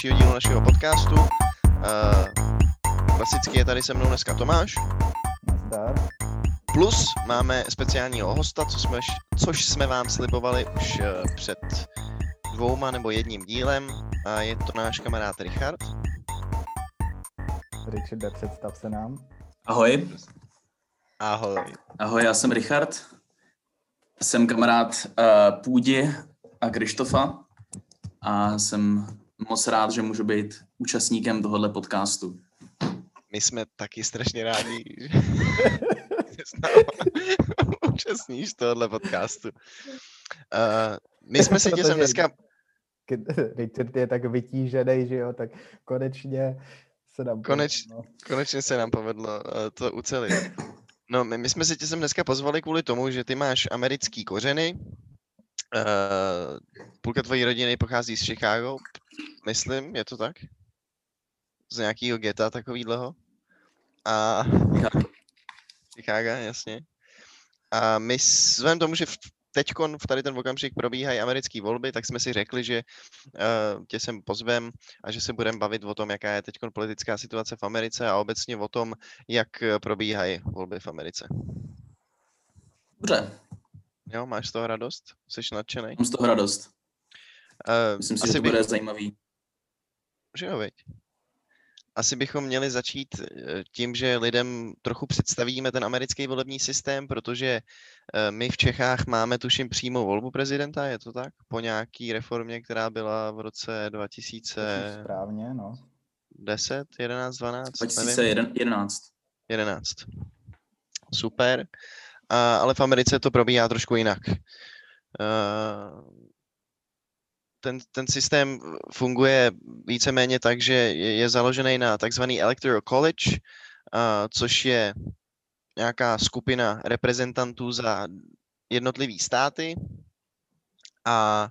dalšího dílu našeho podcastu. Klasicky je tady se mnou dneska Tomáš. Nazdar. Plus máme speciálního hosta, což jsme vám slibovali už před 2 nebo 1 dílem. A je to náš kamarád Richard. Richarde, představ se nám. Ahoj. Ahoj. Ahoj, já jsem Richard. Jsem kamarád Půdi a Krištofa a jsem moc rád, že můžu být účastníkem tohohle podcastu. My jsme taky strašně rádi, že jsi účastníš tohohle podcastu. My jsme si tě sem dneska... Richard je tak vytížený, že jo, tak konečně se nám Konečně se nám povedlo to ucelit. No, my jsme si tě sem dneska pozvali kvůli tomu, že ty máš americký kořeny. Půlka tvojí rodiny pochází z Chicago, myslím, je to tak? Z nějakého geta takovýhleho. A... Chicago, jasně. A my vzhledem tomu, že teďkon v tady ten okamžik probíhají americké volby, tak jsme si řekli, že tě sem pozvem a že se budeme bavit o tom, jaká je teďkon politická situace v Americe a obecně o tom, jak probíhají volby v Americe. Dobře. Jo, máš z toho radost? Jsi nadšenej? Mám z toho radost. Myslím si, že to bude zajímavý. Že jo, veď. Asi bychom měli začít tím, že lidem trochu představíme ten americký volební systém, protože my v Čechách máme tuším přímou volbu prezidenta, je to tak? Po nějaký reformě, která byla v roce 2000... Správně, no. 10, 11, 12? 2011. 11. Super. Ale v Americe to probíhá trošku jinak. Ten systém funguje víceméně tak, že je založený na takzvaný Electoral College, což je nějaká skupina reprezentantů za jednotlivý státy a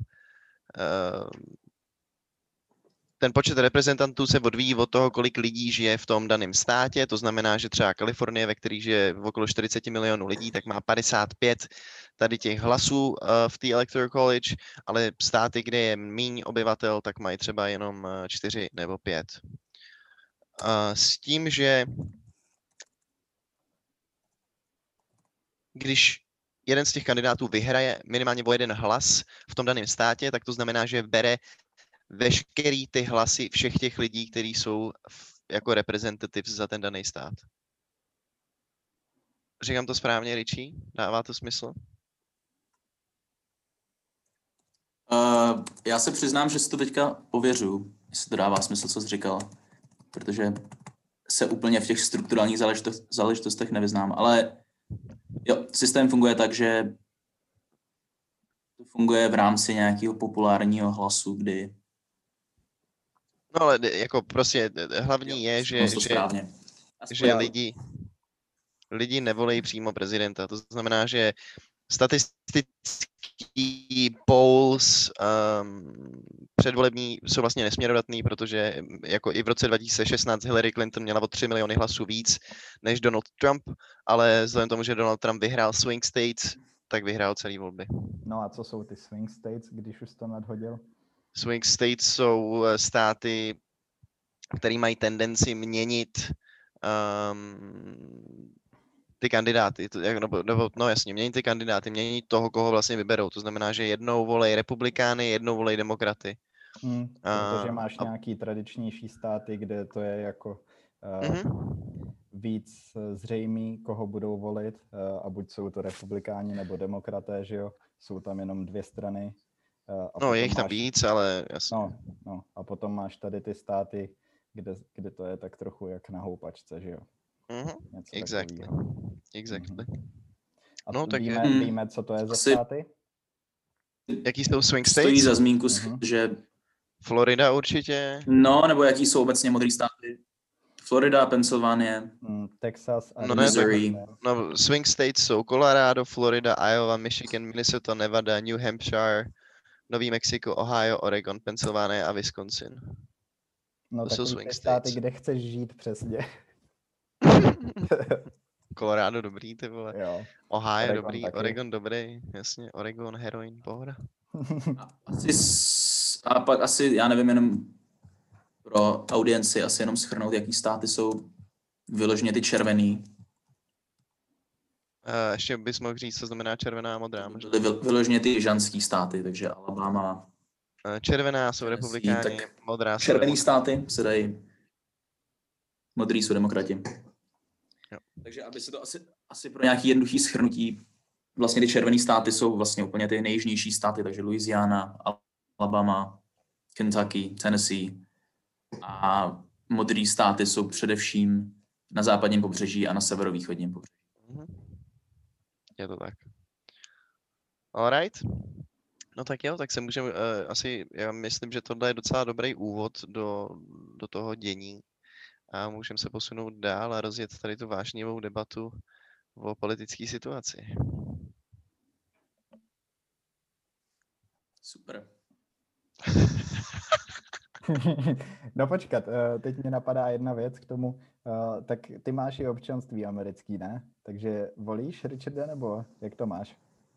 ten počet reprezentantů se odvíjí od toho, kolik lidí žije v tom daném státě. To znamená, že třeba Kalifornie, ve které žije okolo 40 milionů lidí, tak má 55 tady těch hlasů v té Electoral College, ale státy, kde je míň obyvatel, tak mají třeba jenom 4 nebo 5. S tím, že když jeden z těch kandidátů vyhraje minimálně o 1 hlas v tom daném státě, tak to znamená, že bere veškerý ty hlasy všech těch lidí, kteří jsou jako representatives za ten daný stát. Říkám to správně, Richie? Dává to smysl? Já se přiznám, že si to teďka ověřuju, jestli to dává smysl, co jsi říkal, protože se úplně v těch strukturálních záležitostech nevyznám, ale jo, systém funguje tak, že to funguje v rámci nějakého populárního hlasu, kdy... No ale jako prostě hlavní je, že lidi nevolí přímo prezidenta. To znamená, že statistický polls předvolební jsou vlastně nesměrodatný, protože jako i v roce 2016 Hillary Clinton měla o 3 miliony hlasů víc než Donald Trump, ale vzhledem tomu, že Donald Trump vyhrál swing states, tak vyhrál celý volby. No a co jsou ty swing states, když už to nadhodil? Swing states jsou státy, které mají tendenci měnit ty kandidáty, měnit ty kandidáty, měnit toho, koho vlastně vyberou. To znamená, že jednou volej republikány, jednou volej demokraty. Protože máš nějaký tradičnější státy, kde to je jako víc zřejmý, koho budou volit, a buď jsou to republikáni nebo demokraté, že jo? Jsou tam jenom 2 strany. Je jich tam víc, ale jasně. No, a potom máš tady ty státy, kde to je tak trochu jak na houpačce, že jo? Exactly. A víme, co to je za státy? Jaký jsou swing states? Stojí za zmínku, že... Florida určitě. No, nebo jaký jsou obecně modrý státy? Florida, Pensylvánie, Texas a Missouri. No, swing states jsou Colorado, Florida, Iowa, Michigan, Minnesota, Nevada, New Hampshire, Nový Mexiko, Ohio, Oregon, Pensylvánie a Wisconsin. No, to jsou swing státy, kde chceš žít přesně. Colorado dobrý, ty vole. Jo. Ohio Oregon dobrý, taky. Oregon dobrý, jasně. Oregon, heroin, pohoda. A pak asi, já nevím, jenom pro audienci asi jenom shrnout, jaký státy jsou vyloženě ty červený. Ještě bys mohl říct, co znamená červená a modrá. Možná. Byly vyloženě ty žanský státy, takže Alabama. Červená jsou Tennessee, republikáni, tak modrá jsou červený demokrati. státy se dají, modrý jsou demokrati. Jo. Takže aby se to asi pro nějaký jednoduchý shrnutí, vlastně ty červený státy jsou vlastně úplně ty nejjižnější státy, takže Louisiana, Alabama, Kentucky, Tennessee a modrý státy jsou především na západním pobřeží a na severovýchodním pobřeží. Je to tak. Alright. No tak jo, tak se můžeme asi, já myslím, že tohle je docela dobrý úvod do toho dění a můžeme se posunout dál a rozjet tady tu vášnivou debatu o politické situaci. Super. No počkat, teď mě napadá jedna věc k tomu. Tak ty máš i občanství americký, ne? Takže volíš, Richarde, nebo jak to máš?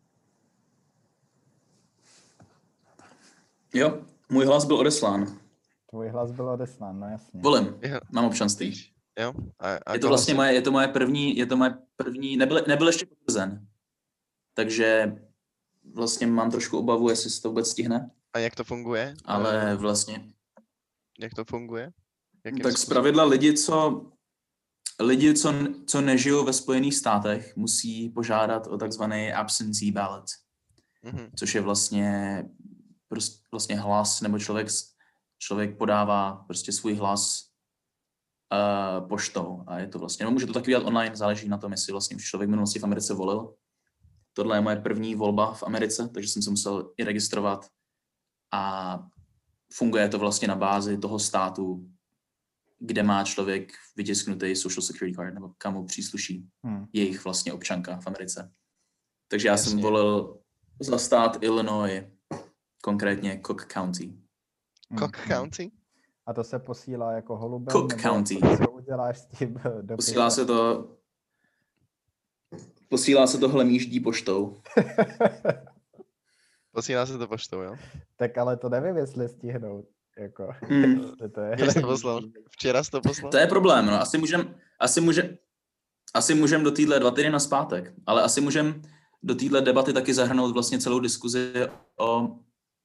Jo, můj hlas byl odeslán. Tvůj hlas byl odeslán, no jasně. Volím, Jo. mám občanství. Jo? A Je to vlastně moje první, nebyl ještě potvrzen. Takže vlastně mám trošku obavu, jestli se to vůbec stihne. A jak to funguje? Ale vlastně, Jak to funguje? Jakým tak zpravidla lidi, co nežijou ve Spojených státech, musí požádat o takzvaný absentee ballot, což je vlastně hlas, nebo člověk podává prostě svůj hlas poštou a je to vlastně, no může to taky dělat online, záleží na tom, jestli vlastně už člověk v minulosti v Americe volil. Tohle je moje první volba v Americe, takže jsem se musel i registrovat a funguje to vlastně na bázi toho státu, kde má člověk vytisknutý Social Security Card, nebo kam mu přísluší jejich vlastně občanka v Americe. Takže já jsem volil za stát Illinois, konkrétně Cook County. Cook County? A to se posílá jako holubem? Cook County. Co uděláš s tím dopisem? Posílá se to hlemýždí poštou. Posílá se to poštou, jo? Tak ale to nevím, jestli stihnout. Jako, to je... Kdy jsi to poslal? Včera jsi to poslal? To je problém, no. Asi můžem do téhle 2 týdny nazpátek, ale asi můžem do téhle debaty taky zahrnout vlastně celou diskuzi o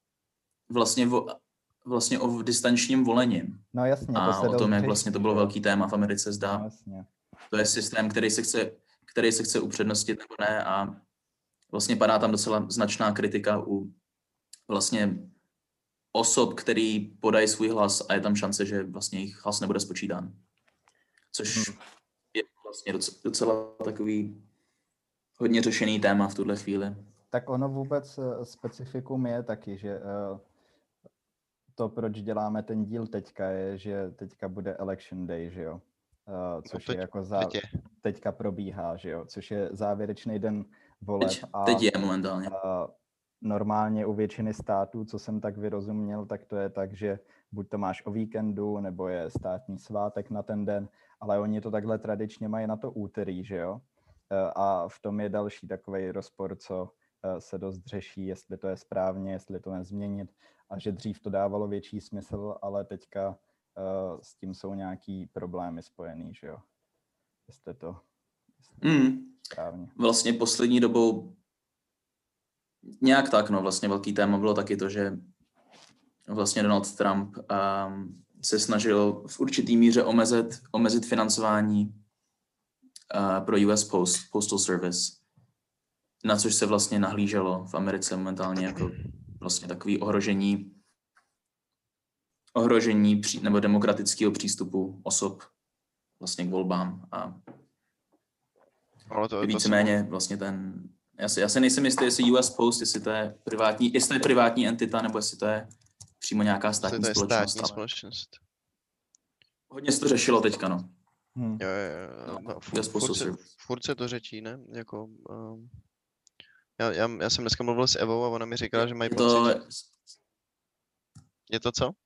o distančním volení. No jasně. A o tom, jak vlastně to bylo velký téma v Americe, zdá. No, jasně. To je systém, který se chce upřednostnit nebo ne a vlastně padá tam docela značná kritika u vlastně osob, který podají svůj hlas a je tam šance, že vlastně jejich hlas nebude spočítán. Což je vlastně docela takový hodně řešený téma v tuhle chvíli. Tak ono vůbec specifikum je taky, že to, proč děláme ten díl teďka, je, že teďka bude election day, že jo? Což je jako teďka probíhá, že jo? Což je závěrečný den voleb. Teď je momentálně. Normálně u většiny států, co jsem tak vyrozuměl, tak to je tak, že buď to máš o víkendu, nebo je státní svátek na ten den, ale oni to takhle tradičně mají na to úterý, že jo? A v tom je další takovej rozpor, co se dost řeší, jestli to je správně, jestli to nezměnit a že dřív to dávalo větší smysl, ale teďka s tím jsou nějaký problémy spojený, že jo? Jestli to správně. Vlastně poslední dobou nějak tak, no, vlastně velký téma bylo taky to, že vlastně Donald Trump se snažil v určitý míře omezit financování pro US Postal Service, na což se vlastně nahlíželo v Americe momentálně jako vlastně takový ohrožení nebo demokratického přístupu osob vlastně k volbám a víceméně vlastně ten já si nejsem jistý, jestli US Post, jestli to je privátní entita, nebo jestli to je přímo nějaká státní společnost. Hodně se to řešilo teďka, no. Jo. No, furt se to řečí, ne? Jako, já jsem dneska mluvil s Evou a ona mi říkala, že mají pocit... Je to co?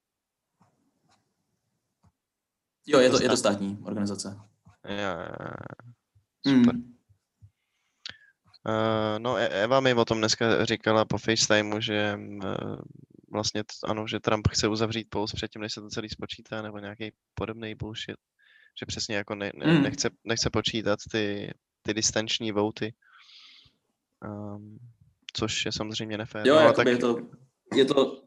Jo, je to státní organizace. Super. No, Eva mi o tom dneska říkala po FaceTimeu, že vlastně ano, že Trump chce uzavřít polls předtím, než se to celý spočítá, nebo nějaký podobný bullshit. Že přesně jako nechce počítat ty distanční voty. Což je samozřejmě nefér. Jo, No, jakoby tak, je to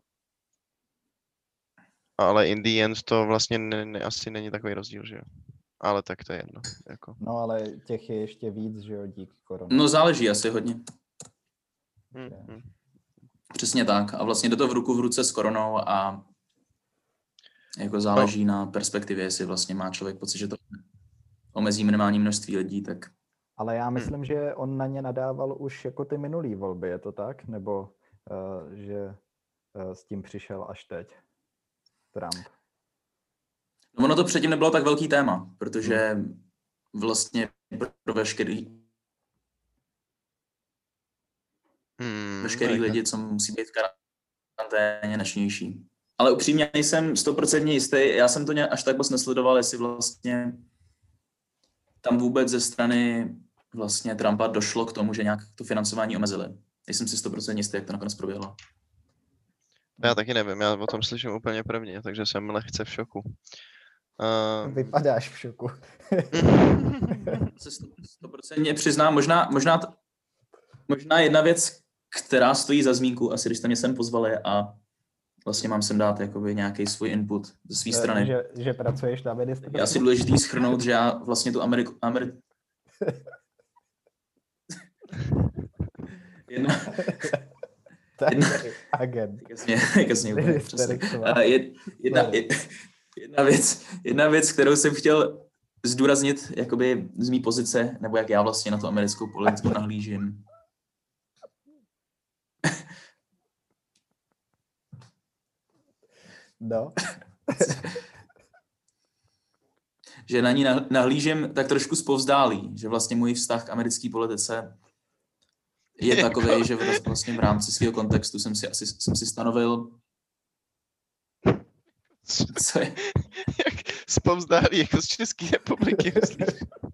ale in the end to vlastně asi není takový rozdíl, že jo. Ale tak to je jedno. Jako. No ale těch je ještě víc, že jo, díky koroně. No záleží asi hodně. Hmm. Přesně tak. A vlastně jde to v ruku v ruce s koronou a jako záleží na perspektivě, jestli vlastně má člověk pocit, že to omezí minimální množství lidí, tak... Ale já myslím, že on na ně nadával už jako ty minulý volby, je to tak? Nebo že s tím přišel až teď Trump? No ono to předtím nebylo tak velký téma, protože vlastně pro veškerý lidi, co musí být v karanténě, nečnější. Ale upřímně nejsem 100% jistý, já jsem to až tak moc nesledoval, jestli vlastně tam vůbec ze strany vlastně Trumpa došlo k tomu, že nějak to financování omezili. Nejsem si 100% jistý, jak to nakonec proběhlo. Já taky nevím, já o tom slyším úplně prvně, takže jsem lehce v šoku. Vypadáš v šoku. Se 100% přiznám, možná jedna věc, která stojí za zmínku, asi když jste mě sem pozvali a vlastně mám sem dát jakoby nějaký svůj input ze své strany. Že pracuješ na ministerstvu? Je asi důležitý shrnout, že já vlastně tu Jedna věc, kterou jsem chtěl zdůraznit jakoby z mý pozice, nebo jak já vlastně na tu americkou politiku nahlížím. No. Že na ní nahlížím tak trošku zpovzdálí, že vlastně můj vztah k americké politice je takový, že vlastně v rámci svého kontextu jsem si stanovil. Co je? Jak zpovzdálí jako z České republiky, myslíš?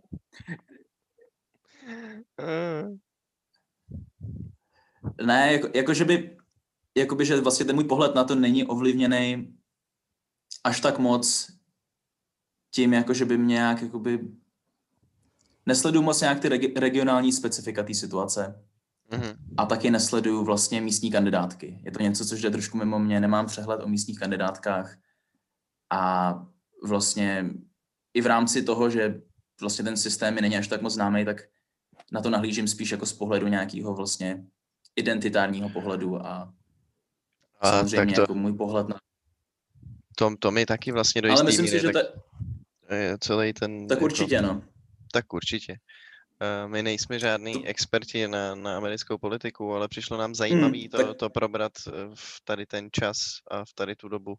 Ne, jakoby, že vlastně ten můj pohled na to není ovlivněný až tak moc tím, jakože by mě nějak, jakoby, nesleduju moc nějak ty regionální specifika té situace. A taky nesleduju vlastně místní kandidátky. Je to něco, což jde trošku mimo mě, nemám přehled o místních kandidátkách. A vlastně i v rámci toho, že vlastně ten systém mi není až tak moc známý, tak na to nahlížím spíš jako z pohledu nějakého vlastně identitárního pohledu a samozřejmě jako můj pohled na... To mi taky vlastně do jistý míry, že celý ten... Tak určitě, jako, no. Tak určitě. My nejsme žádní experti na americkou politiku, ale přišlo nám zajímavý to probrat v tady ten čas a v tady tu dobu.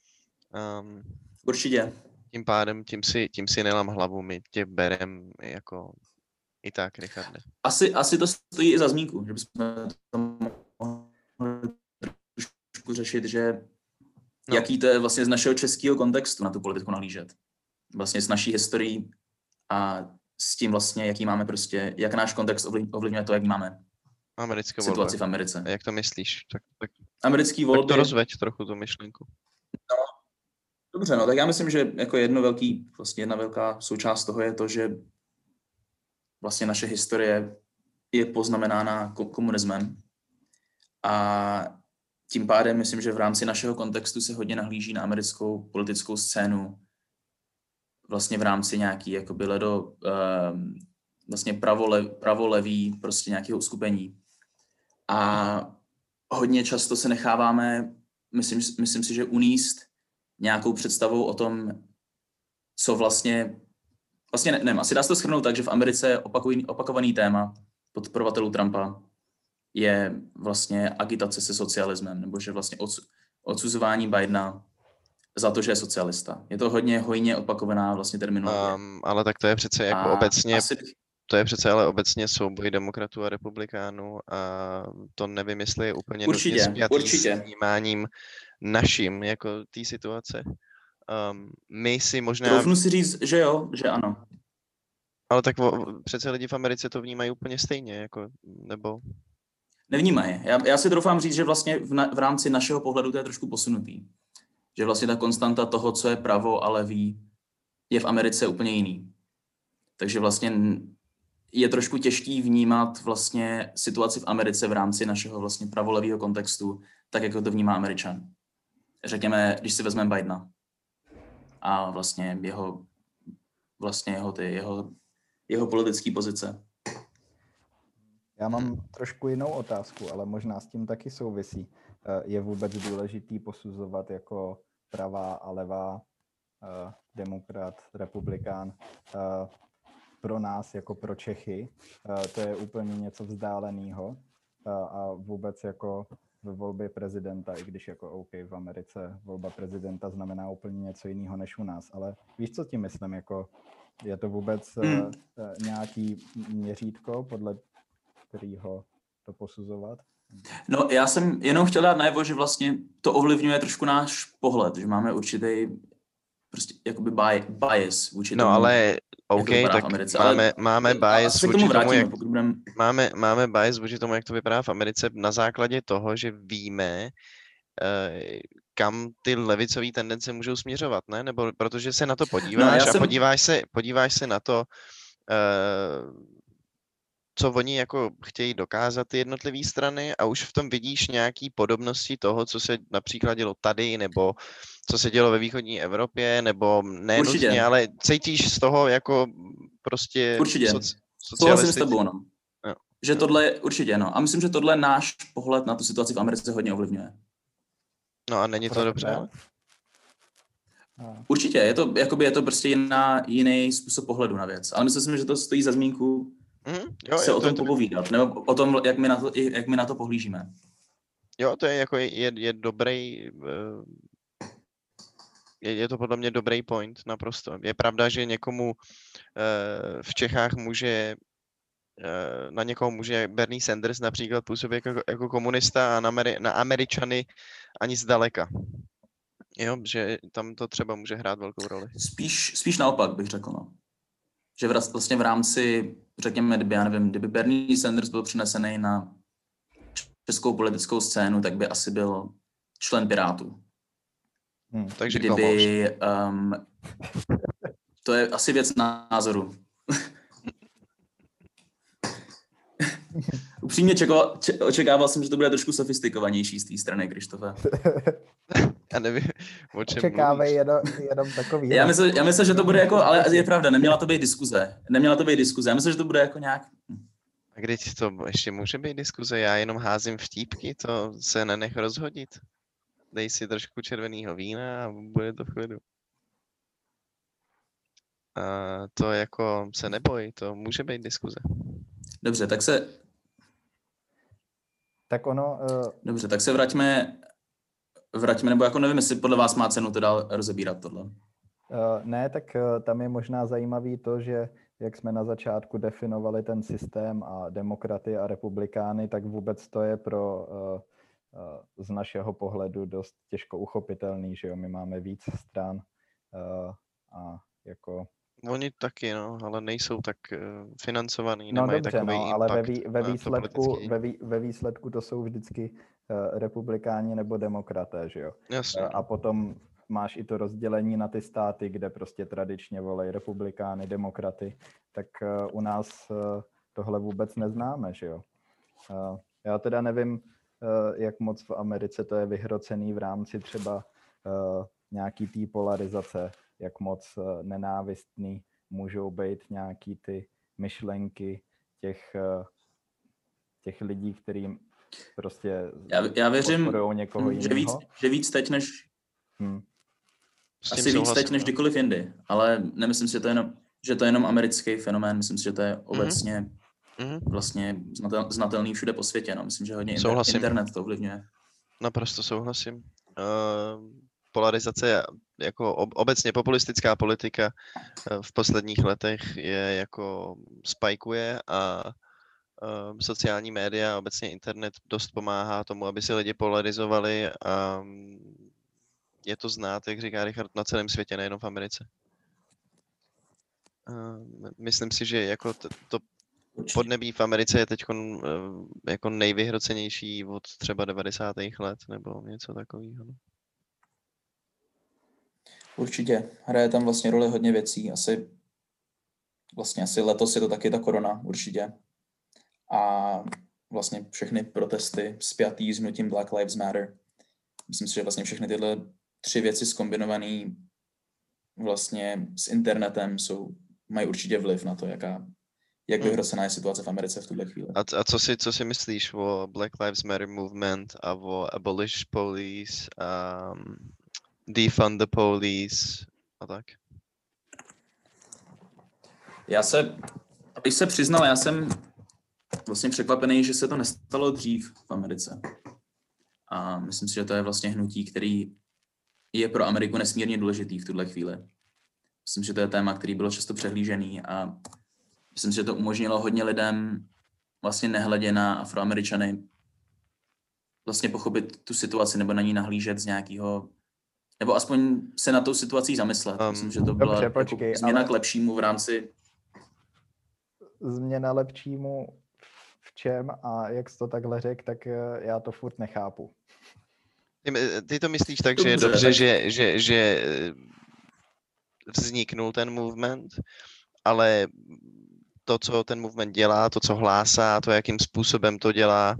Určitě. Tím pádem, tím si nelám hlavu, my tě berem jako i tak, Richarde. Asi to stojí i za zmínku, že bychom to mohli trošku řešit, že jaký to je vlastně z našeho českého kontextu na tu politiku nahlížet. Vlastně s naší historií a s tím vlastně, jaký máme prostě, jak náš kontext ovlivňuje to, jak máme situaci v Americe. A jak to myslíš? Tak americký volby... Tak to rozveď trochu tu myšlenku. No, dobře, no tak já myslím, že jako jedna velká součást toho je to, že vlastně naše historie je poznamenána komunismem a tím pádem myslím, že v rámci našeho kontextu se hodně nahlíží na americkou politickou scénu vlastně v rámci nějaký jakoby vlastně pravolevý prostě nějakého uskupení. A hodně často se necháváme, myslím si, že uníst nějakou představou o tom, co vlastně nevím, asi dá se to shrnout tak, že v Americe je opakovaný téma podporovatelů Trumpa je vlastně agitace se socialismem, nebo že vlastně odsuzování Bidena za to, že je socialista. Je to hodně hojně opakovaná vlastně terminologie. Ale tak to je přece jako obecně, to je přece ale obecně souboj demokratů a republikánů a to nevím, jestli je úplně nutně spjatý s vnímáním naším jako té situace. My si možná... Troufnu si říct, že jo, že ano. Ale tak přece lidi v Americe to vnímají úplně stejně, jako, nebo... nevnímají. Já si troufám říct, že vlastně v rámci našeho pohledu to je trošku posunutý. Že vlastně ta konstanta toho, co je pravo a levý, je v Americe úplně jiný. Takže vlastně je trošku těžký vnímat vlastně situaci v Americe v rámci našeho vlastně pravolevého kontextu, tak jako to vnímá Američan. Řekněme, když si vezmeme Bidena a vlastně jeho politické pozice. Já mám trošku jinou otázku, ale možná s tím taky souvisí. Je vůbec důležitý posuzovat jako pravá a levá, demokrat, republikán? Pro nás, jako pro Čechy, to je úplně něco vzdáleného a vůbec jako ve volbě prezidenta, i když jako OK, v Americe volba prezidenta znamená úplně něco jiného než u nás, ale víš, co tím myslím, jako je to vůbec nějaký měřítko, podle kterého to posuzovat? No, já jsem jenom chtěl dát najevo, že vlastně to ovlivňuje trošku náš pohled, že máme určitý prostě jakoby bias vůči tomu. No ale OK, tak máme bias vůči tomu, jak máme bias vůči tomu, jak to vypadá v Americe na základě toho, že víme, kam ty levicové tendence můžou směřovat, ne? Nebo protože se na to podíváš a podíváš se na to, co oni jako chtějí dokázat ty jednotlivé strany a už v tom vidíš nějaký podobnosti toho, co se například dělo tady, nebo co se dělo ve východní Evropě, nebo ne nutně, ale cítíš z toho jako prostě určitě. Souhlasím s tebou, no. Že tohle, určitě, no. A myslím, že tohle náš pohled na tu situaci v Americe hodně ovlivňuje. No a není to dobře? Určitě, je to prostě jiný způsob pohledu na věc. Ale myslím si, že to stojí za zmínku se o tom popovídat, nebo o tom, jak my na to pohlížíme. Jo, to je jako je dobrý, je to podle mě dobrý point, naprosto. Je pravda, že někomu v Čechách na někoho může Bernie Sanders například působit jako komunista a na Američany ani zdaleka. Jo, že tam to třeba může hrát velkou roli. Spíš naopak bych řekl, no. Že vlastně v rámci, řekněme, kdyby Bernie Sanders byl přinesený na českou politickou scénu, tak by asi byl člen Pirátů. Takže to je asi věc názoru. Upřímně očekával jsem, že to bude trošku sofistikovanější z té strany, Krištofe. Já nevím, o čem očekávej jenom takový. Já myslím, že to bude jako, ale je pravda, neměla to být diskuze. Já myslím, že to bude jako nějak... A když to ještě může být diskuze, já jenom házím vtípky, to se nenech rozhodit. Dej si trošku červeného vína a bude to v klidu. A to jako se neboj, to může být diskuze. Dobře, tak se vraťme, nebo jako nevím, jestli podle vás má cenu to dál rozebírat tohle. Ne, tak tam je možná zajímavý to, že jak jsme na začátku definovali ten systém a demokraty a republikány, tak vůbec to je z našeho pohledu dost těžko uchopitelný, že jo, my máme víc stran a jako... Oni taky, no, ale nejsou tak financovaný, no nemají dobře, takový ale impact. ve výsledku to jsou vždycky republikáni nebo demokraté, že jo. Jasně. A potom máš i to rozdělení na ty státy, kde prostě tradičně volej republikány, demokraty, tak u nás tohle vůbec neznáme, že jo. Já teda nevím, jak moc v Americe to je vyhrocený v rámci třeba nějaký té polarizace, jak moc nenávistný můžou být nějaký ty myšlenky těch lidí, kterým prostě já věřím, někoho jiného. Že víc teď než víc teď než kdykoliv jindy, ale nemyslím si, že to je jenom americký fenomén, myslím si, že to je obecně vlastně znatelný všude po světě, no. Myslím, že hodně internet to ovlivňuje. Naprosto souhlasím. Polarizace jako obecně populistická politika v posledních letech je jako spajkuje a sociální média a obecně internet dost pomáhá tomu, aby se lidi polarizovali a je to znát, jak říká Richard, na celém světě, nejenom v Americe. Myslím si, že jako to podnebí v Americe je teď jako nejvyhrocenější od třeba 90. let nebo něco takového. Určitě. Hraje tam vlastně roli hodně věcí. Asi letos je to taky ta korona, určitě. A vlastně všechny protesty spjatý s hnutím Black Lives Matter. Myslím si, že vlastně všechny tyhle 3 věci zkombinované vlastně s internetem mají určitě vliv na to, jak vyhrocená je situace v Americe v tuhle chvíli. A co si myslíš o Black Lives Matter movement a o abolish police, defund the police a tak? Abych se přiznal, já jsem vlastně překvapený, že se to nestalo dřív v Americe. A myslím si, že to je vlastně hnutí, který je pro Ameriku nesmírně důležitý v tuhle chvíli. Myslím, že to je téma, který bylo často přehlížený a myslím si, že to umožnilo hodně lidem vlastně nehledě na Afroameričany vlastně pochopit tu situaci nebo na ní nahlížet z nějakého, nebo aspoň se na tou situací zamyslet. Myslím, že to byla změna k lepšímu v rámci... Změna lepšímu v čem a jak jsi to takhle řekl, tak já to furt nechápu. Ty to myslíš tak, že je dobře, že vzniknul ten movement, ale to, co ten movement dělá, to, co hlásá, to, jakým způsobem to dělá,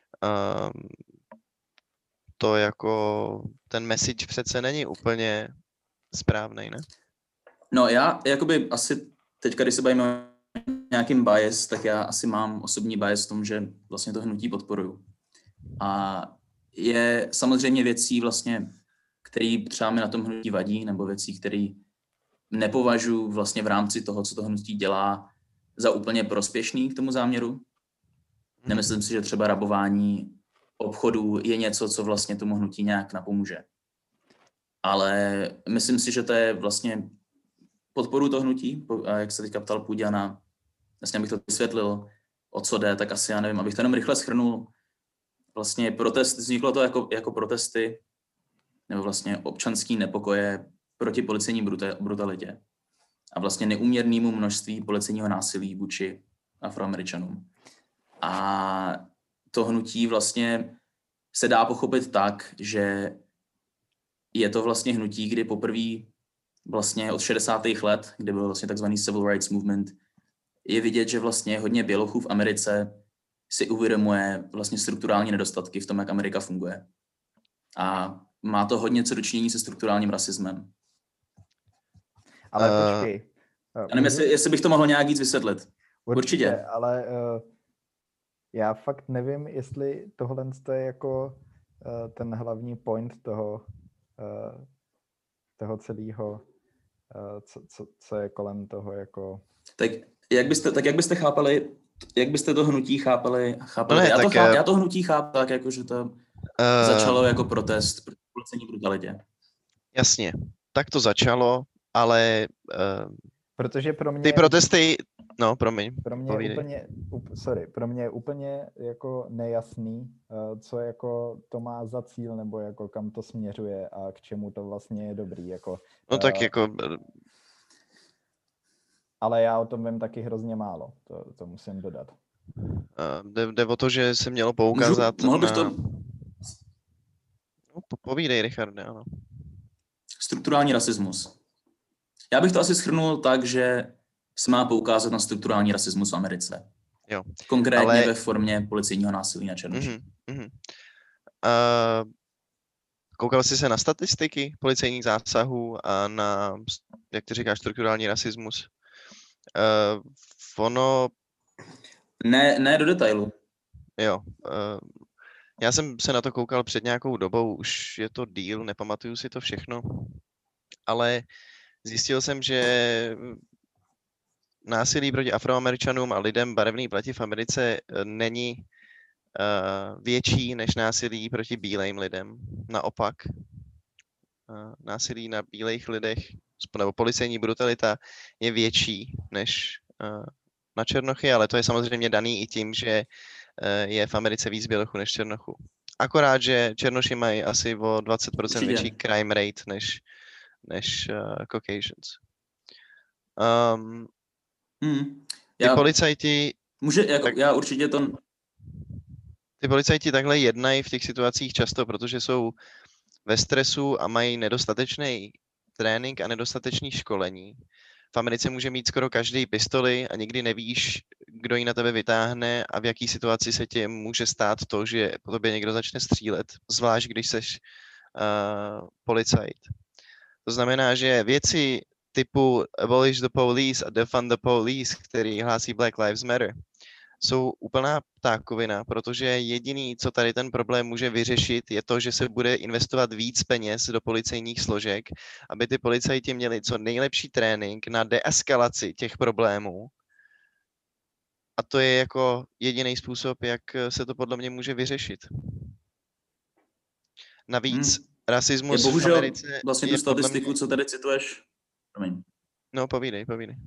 to jako ten message přece není úplně správnej, ne? No já jakoby asi teďka, když se bavíme o nějakým bias, tak já asi mám osobní bias v tom, že vlastně to hnutí podporuju. A je samozřejmě věcí vlastně, který třeba mi na tom hnutí vadí, nebo věcí, které nepovažuji vlastně v rámci toho, co to hnutí dělá, za úplně prospěšný k tomu záměru. Nemyslím si, že třeba rabování obchodů je něco, co vlastně tomu hnutí nějak napomůže. Ale myslím si, že to je vlastně podporu to hnutí, a jak se teďka ptal Půďana, vlastně abych to vysvětlil, o co jde, tak asi já nevím, abych to jenom rychle shrnul. Vlastně vzniklo to jako protesty, nebo vlastně občanský nepokoje proti policejní brutalitě a vlastně neúměrnému množství policejního násilí vůči Afroameričanům. A to hnutí vlastně se dá pochopit tak, že je to vlastně hnutí, kdy poprvé vlastně od 60. let, kdy byl vlastně takzvaný Civil Rights Movement, je vidět, že vlastně hodně bělochů v Americe si uvědomuje vlastně strukturální nedostatky v tom, jak Amerika funguje. A má to hodně co dočinění se strukturálním rasismem. Ale počkej. Já nevím, jestli bych to mohl nějak víc vysvětlit. Určitě. Ale já fakt nevím, jestli tohle je jako ten hlavní point toho celého, co je kolem toho jako... Tak jak byste chápali, jak byste to hnutí chápali? No ne, Já to hnutí chápu tak, jako, že to začalo jako protest proti policejní brutalitě. Jasně, tak to začalo, ale protože pro mě... Ty protesty... No, promiň. Pro mě je úplně jako nejasný, co jako to má za cíl, nebo jako kam to směřuje a k čemu to vlastně je dobrý. Jako, no tak jako... Ale já o tom vím taky hrozně málo, to musím dodat. Jde o to, že se mělo poukázat to... No, povídej, Richarde, ano. Strukturální rasismus. Já bych to asi shrnul tak, že se má poukázat na strukturální rasismus v Americe. Jo. Konkrétně ve formě policejního násilí na černoši. Koukal jsi se na statistiky policejních zásahů a na, jak ty říkáš, strukturální rasismus? Ono... Ne do detailu. Jo. Já jsem se na to koukal před nějakou dobou, už je to díl, nepamatuju si to všechno, ale zjistil jsem, že násilí proti Afroameričanům a lidem barevné pleti v Americe není větší než násilí proti bílým lidem. Naopak, násilí na bílých lidech nebo policejní brutalita je větší než na černochy, ale to je samozřejmě daný i tím, že je v Americe víc bělochů než černochů. Akorát, že černoši mají asi o 20% větší crime rate než Caucasians. Ty policajti Já určitě to... Ty policajti takhle jednají v těch situacích často, protože jsou ve stresu a mají nedostatečný trénink a nedostatečný školení. V Americe může mít skoro každý pistoli a nikdy nevíš, kdo ji na tebe vytáhne a v jaký situaci se tě může stát to, že po tobě někdo začne střílet, zvlášť když seš policajt. To znamená, že věci typu abolish the police a defund the police, který hlásí Black Lives Matter, jsou úplná ptákovina, protože jediný, co tady ten problém může vyřešit, je to, že se bude investovat víc peněz do policejních složek, aby ty policajti měli co nejlepší trénink na deeskalaci těch problémů. A to je jako jediný způsob, jak se to podle mě může vyřešit. Navíc rasismus v Americe vlastně tu statistiku, co tady cituješ. Promiň. No, povídej.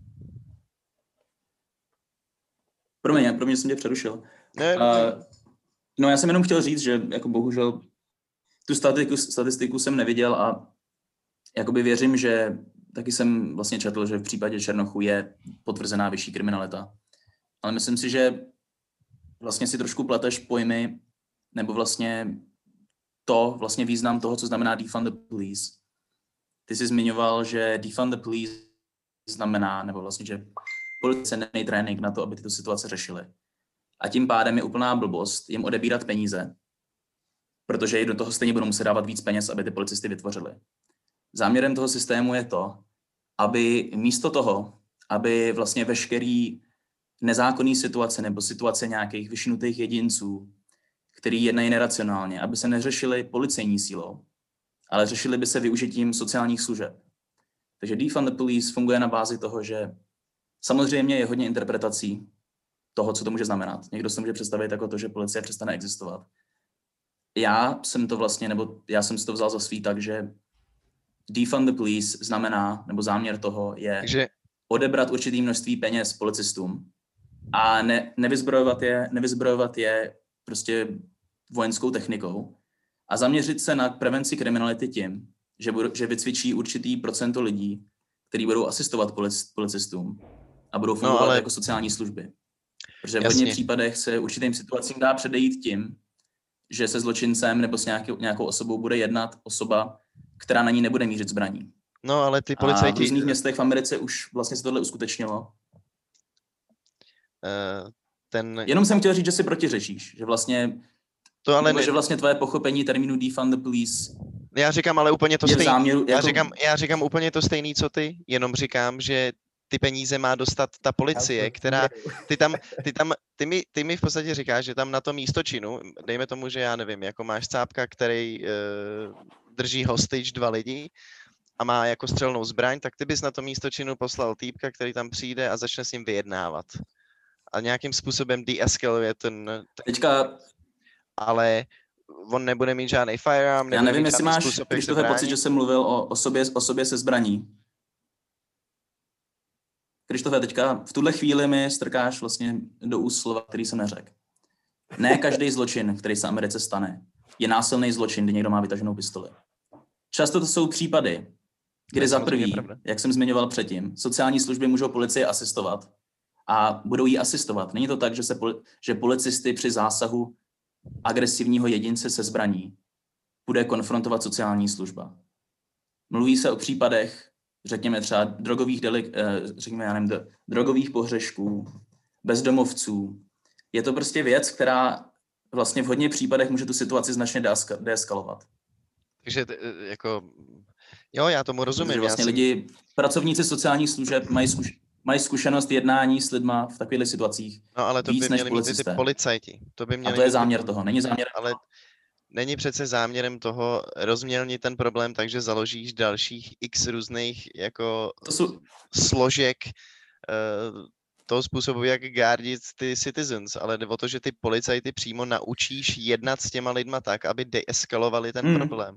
Promiň, jsem tě přerušil. No, já jsem jenom chtěl říct, že jako bohužel tu statistiku jsem neviděl a jakoby věřím, že taky jsem vlastně četl, že v případě Černochů je potvrzená vyšší kriminalita. Ale myslím si, že vlastně si trošku pleteš pojmy, nebo vlastně význam toho, co znamená defund the police. Ty jsi zmiňoval, že defund the police znamená, nebo vlastně, že policie nemá trénink na to, aby tyto situace řešily. A tím pádem je úplná blbost jim odebírat peníze, protože i do toho stejně budou muset dávat víc peněz, aby ty policisty vytvořili. Záměrem toho systému je to, aby místo toho, aby vlastně veškerý nezákonný situace nebo situace nějakých vyšinutých jedinců, který jednají neracionálně, aby se neřešily policejní sílou, ale řešily by se využitím sociálních služeb. Takže defund the police funguje na bázi toho, že samozřejmě je hodně interpretací toho, co to může znamenat. Někdo si to může představit jako to, že policie přestane existovat. Já jsem si to vzal za svý tak, že defund the police znamená, nebo záměr toho je odebrat určitý množství peněz policistům a nevyzbrojovat je prostě vojenskou technikou a zaměřit se na prevenci kriminality tím, že vycvičí určitý procento lidí, kteří budou asistovat policistům a budou fungovat jako sociální služby. Protože v hodně případech se určitým situacím dá předejít tím, že se zločincem nebo s nějakou osobou bude jednat osoba, která na ní nebude mířit zbraní. No, ale ty policajti... A v různých městech v Americe už vlastně se tohle uskutečnilo. Jenom jsem chtěl říct, že si protiřečíš, že vlastně, že vlastně tvoje pochopení termínu defund the police... Já říkám ale úplně to stejný. Já říkám úplně to stejný, co ty, jenom říkám, že ty peníze má dostat ta policie, která, ty mi v podstatě říkáš, že tam na to místo činu, dejme tomu, že já nevím, jako máš cápka, který drží hostage 2 lidi a má jako střelnou zbraň, tak ty bys na to místo činu poslal týpka, který tam přijde a začne s ním vyjednávat. A nějakým způsobem deeskaluje ten... Teďka... Ale on nebude mít žádný firearm, já nevím, jestli máš Krištofe pocit, že jsem mluvil o osobě se zbraní. Krištofe, teďka v tuhle chvíli mi strkáš vlastně do úst slova, který jsem neřekl. Ne každý zločin, který se Americe stane, je násilný zločin, kdy někdo má vytaženou pistoli. Často to jsou případy, kdy za prvý, jak jsem zmiňoval předtím, sociální služby můžou policii asistovat a budou jí asistovat. Není to tak, že policisty při zásahu agresivního jedince se zbraní bude konfrontovat sociální služba. Mluví se o případech, řekněme třeba drogových pohřešků, bezdomovců. Je to prostě věc, která vlastně v hodně případech může tu situaci značně deeskalovat. Takže jako, jo, já tomu rozumím. Vlastně pracovníci sociálních služeb mají zkušenost jednání s lidma v takových situacích. No ale to by měli mít ty policajti. A to je záměr toho, není záměr. Ale není přece záměrem toho rozmělnit ten problém, takže založíš dalších x různých jako složek toho způsobu, jak guardit ty citizens, ale jde o to, že ty policajty přímo naučíš jednat s těma lidma tak, aby deeskalovali ten problém.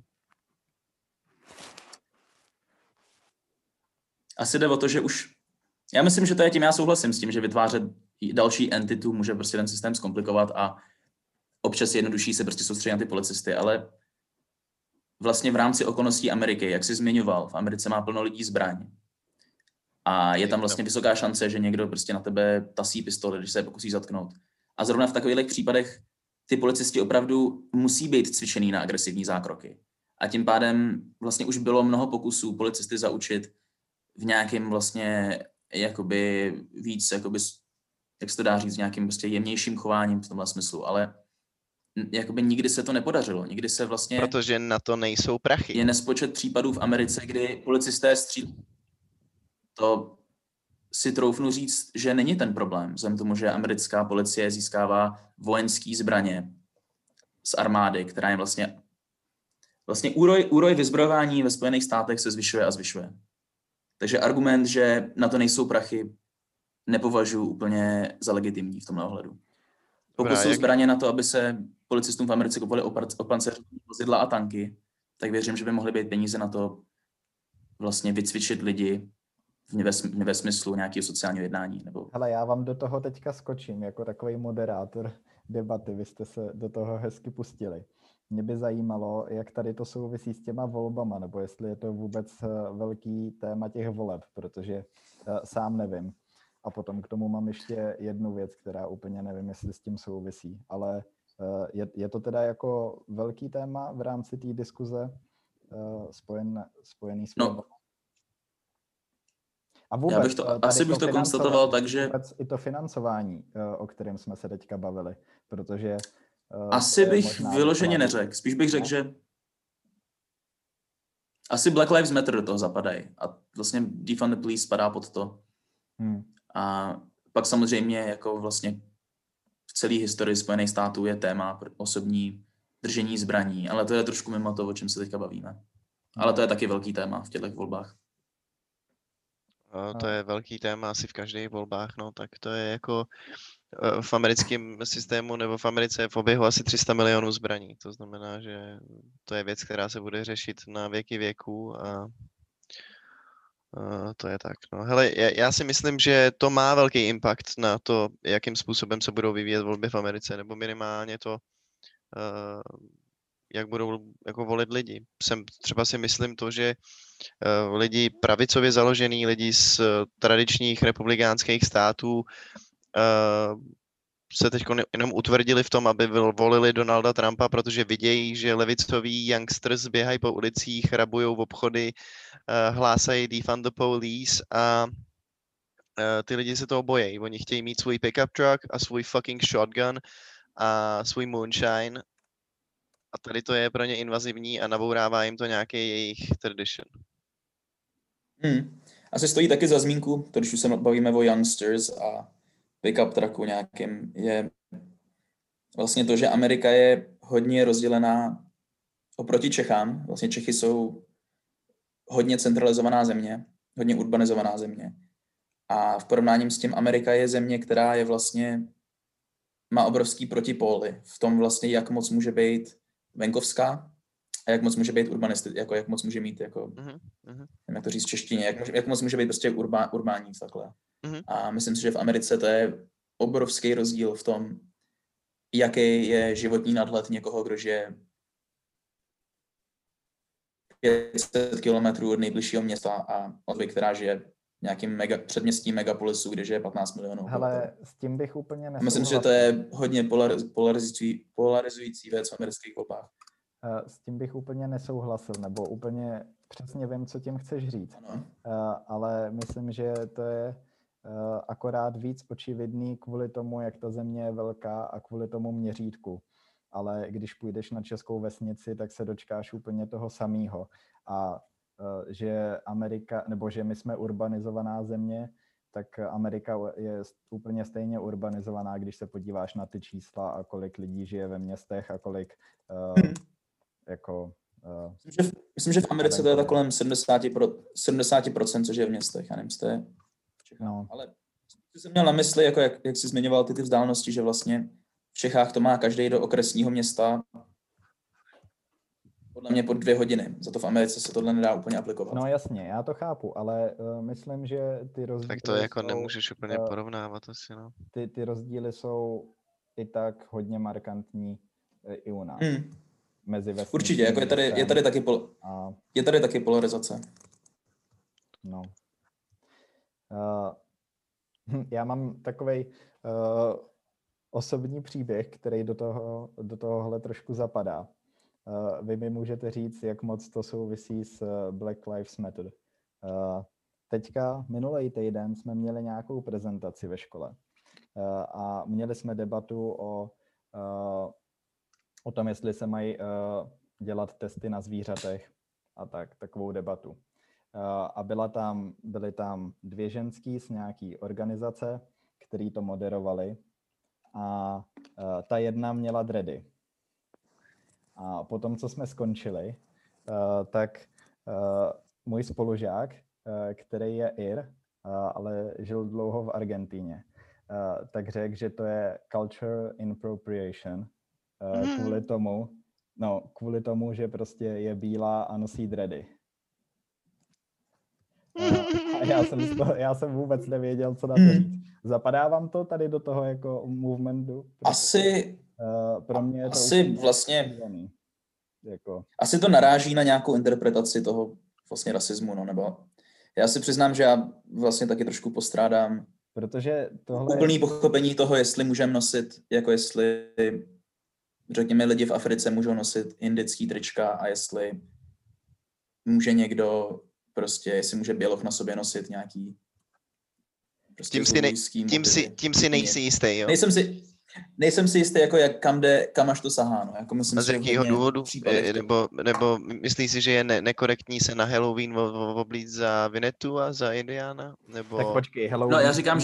Asi jde o to, že už... Já myslím, že to je tím, já souhlasím s tím, že vytvářet další entitu může prostě ten systém zkomplikovat a občas je jednodušší se prostě soustředit na ty policisty, ale vlastně v rámci okolností Ameriky, jak jsi zmiňoval, v Americe má plno lidí zbraň. A je tam vlastně vysoká šance, že někdo prostě na tebe tasí pistoli, když se je pokusí zatknout. A zrovna v takových případech ty policisti opravdu musí být cvičený na agresivní zákroky. A tím pádem vlastně už bylo mnoho pokusů policisty zaučit v nějakém vlastně jakoby víc, jakoby, jak se to dá říct, nějakým prostě jemnějším chováním v tomhle smyslu, ale jakoby nikdy se to nepodařilo. Nikdy se vlastně... Protože na to nejsou prachy. Je nespočet případů v Americe, kdy policisté střílí. To si troufnu říct, že není ten problém, vzhledem tomu, že americká policie získává vojenské zbraně z armády, která je vlastně úroj vyzbrojování ve Spojených státech se zvyšuje a zvyšuje. Takže argument, že na to nejsou prachy, nepovažuji úplně za legitimní v tomhle ohledu. Pokud jsou zbraně na to, aby se policistům v Americe kupovali opanceření vozidla a tanky, tak věřím, že by mohly být peníze na to vlastně vycvičit lidi ve smyslu nějakého sociálního jednání. Nebo... Hele, já vám do toho teďka skočím jako takový moderátor debaty. Vy jste se do toho hezky pustili. Mě by zajímalo, jak tady to souvisí s těma volbama, nebo jestli je to vůbec velký téma těch voleb, protože sám nevím. A potom k tomu mám ještě jednu věc, která úplně nevím, jestli s tím souvisí, ale je to teda jako velký téma v rámci té diskuze spojený s volbama? A vůbec, asi bych to konstatoval tak, že... I to financování, o kterém jsme se teďka bavili, protože... Asi bych vyloženě neřekl. Spíš bych řekl, že asi Black Lives Matter do toho zapadají. A vlastně Defund the Police spadá pod to. A pak samozřejmě jako vlastně v celé historii Spojených států je téma osobní držení zbraní, ale to je trošku mimo to, o čem se teďka bavíme. Ale to je taky velký téma v těchto volbách. To je velký téma asi v každých volbách, no, tak to je jako v americkém systému nebo v Americe je v oběhu asi 300 milionů zbraní. To znamená, že to je věc, která se bude řešit na věky věků a to je tak. No. Hele, já si myslím, že to má velký impact na to, jakým způsobem se budou vyvíjet volby v Americe, nebo minimálně to, jak budou jako volit lidi. Třeba si myslím to, že lidi pravicově založený, lidi z tradičních republikánských států se teď jenom utvrdili v tom, aby volili Donalda Trumpa, protože vidějí, že levicoví youngsters běhají po ulicích, rabujou v obchody, hlásají defund the police a ty lidi se toho bojí. Oni chtějí mít svůj pickup truck a svůj fucking shotgun a svůj moonshine a tady to je pro ně invazivní a nabourává jim to nějaký jejich tradition. Asi stojí taky za zmínku, to když už se bavíme o youngsters a pick-up trucku nějakým, je vlastně to, že Amerika je hodně rozdělená oproti Čechám. Vlastně Čechy jsou hodně centralizovaná země, hodně urbanizovaná země. A v porovnání s tím Amerika je země, která je vlastně, má obrovský protipóly v tom vlastně, jak moc může být venkovská a jak moc může být urbanistická, jako jak moc může mít, jako, nevím, jak to říct v češtině, jak moc může být prostě urbání takhle. A myslím si, že v Americe to je obrovský rozdíl v tom, jaký je životní nadhled někoho, kdo žije 500 kilometrů od nejbližšího města a od která žije v nějakým předměstí megapolisu, kde žije 15 milionů. Hele, s tím bych úplně nesouhlasil. Myslím, že to je hodně polarizující věc v amerických volbách. S tím bych úplně nesouhlasil, nebo úplně přesně vím, co tím chceš říct. Ale myslím, že to je akorát víc očividný kvůli tomu, jak ta země je velká a kvůli tomu měřítku. Ale když půjdeš na českou vesnici, tak se dočkáš úplně toho samého. A že Amerika, nebo že my jsme urbanizovaná země, tak Amerika je úplně stejně urbanizovaná, když se podíváš na ty čísla a kolik lidí žije ve městech a kolik jako... Myslím, že v Americe to je tak kolem 70%, což je v městech, já nevím, jste v Čechách. No. Ale jsem měl na mysli, jako jak jsi zmiňoval ty vzdálenosti, že vlastně v Čechách to má každý do okresního města podle mě pod 2 hodiny. Za to v Americe se tohle nedá úplně aplikovat. No jasně, já to chápu, ale myslím, že ty rozdíly tak to jako jsou, nemůžeš úplně porovnávat asi, no. Ty rozdíly jsou i tak hodně markantní i u nás. Mezi vesnicí. Určitě, jako je tady taky polarizace. No. Já mám takovej osobní příběh, který do tohohle trošku zapadá. Vy mi můžete říct, jak moc to souvisí s Black Lives Matter. Teďka minulý týden jsme měli nějakou prezentaci ve škole a měli jsme debatu o tom, jestli se mají dělat testy na zvířatech a takovou debatu. A byly tam 2 ženský z nějaký organizace, který to moderovali a ta jedna měla dready. A potom, co jsme skončili, tak můj spolužák, který je Ir, ale žil dlouho v Argentíně, tak řekl, že to je culture inappropriation kvůli tomu, že prostě je bílá a nosí dready. A já jsem vůbec nevěděl, co na to říct. Zapadá vám to tady do toho jako movementu? Pro mě je to vlastně jako... Asi to naráží na nějakou interpretaci toho vlastně rasismu, no, nebo já si přiznám, že já vlastně taky trošku postrádám protože tohle úplný pochopení toho, jestli můžeme nosit, jako jestli řekněme lidi v Africe můžou nosit indický trička a jestli může někdo prostě, jestli může běloch na sobě nosit nějaký prostě tím si nejsi jistý, jo? Nejsem si jistý, jako kam až to sahá, no. Jako myslím, z jakého důvodu? Nebo myslíš si, že je nekorektní se na Halloween oblít za Vinetu a za Indiana? Nebo... Tak počkej, Halloween... No já říkám,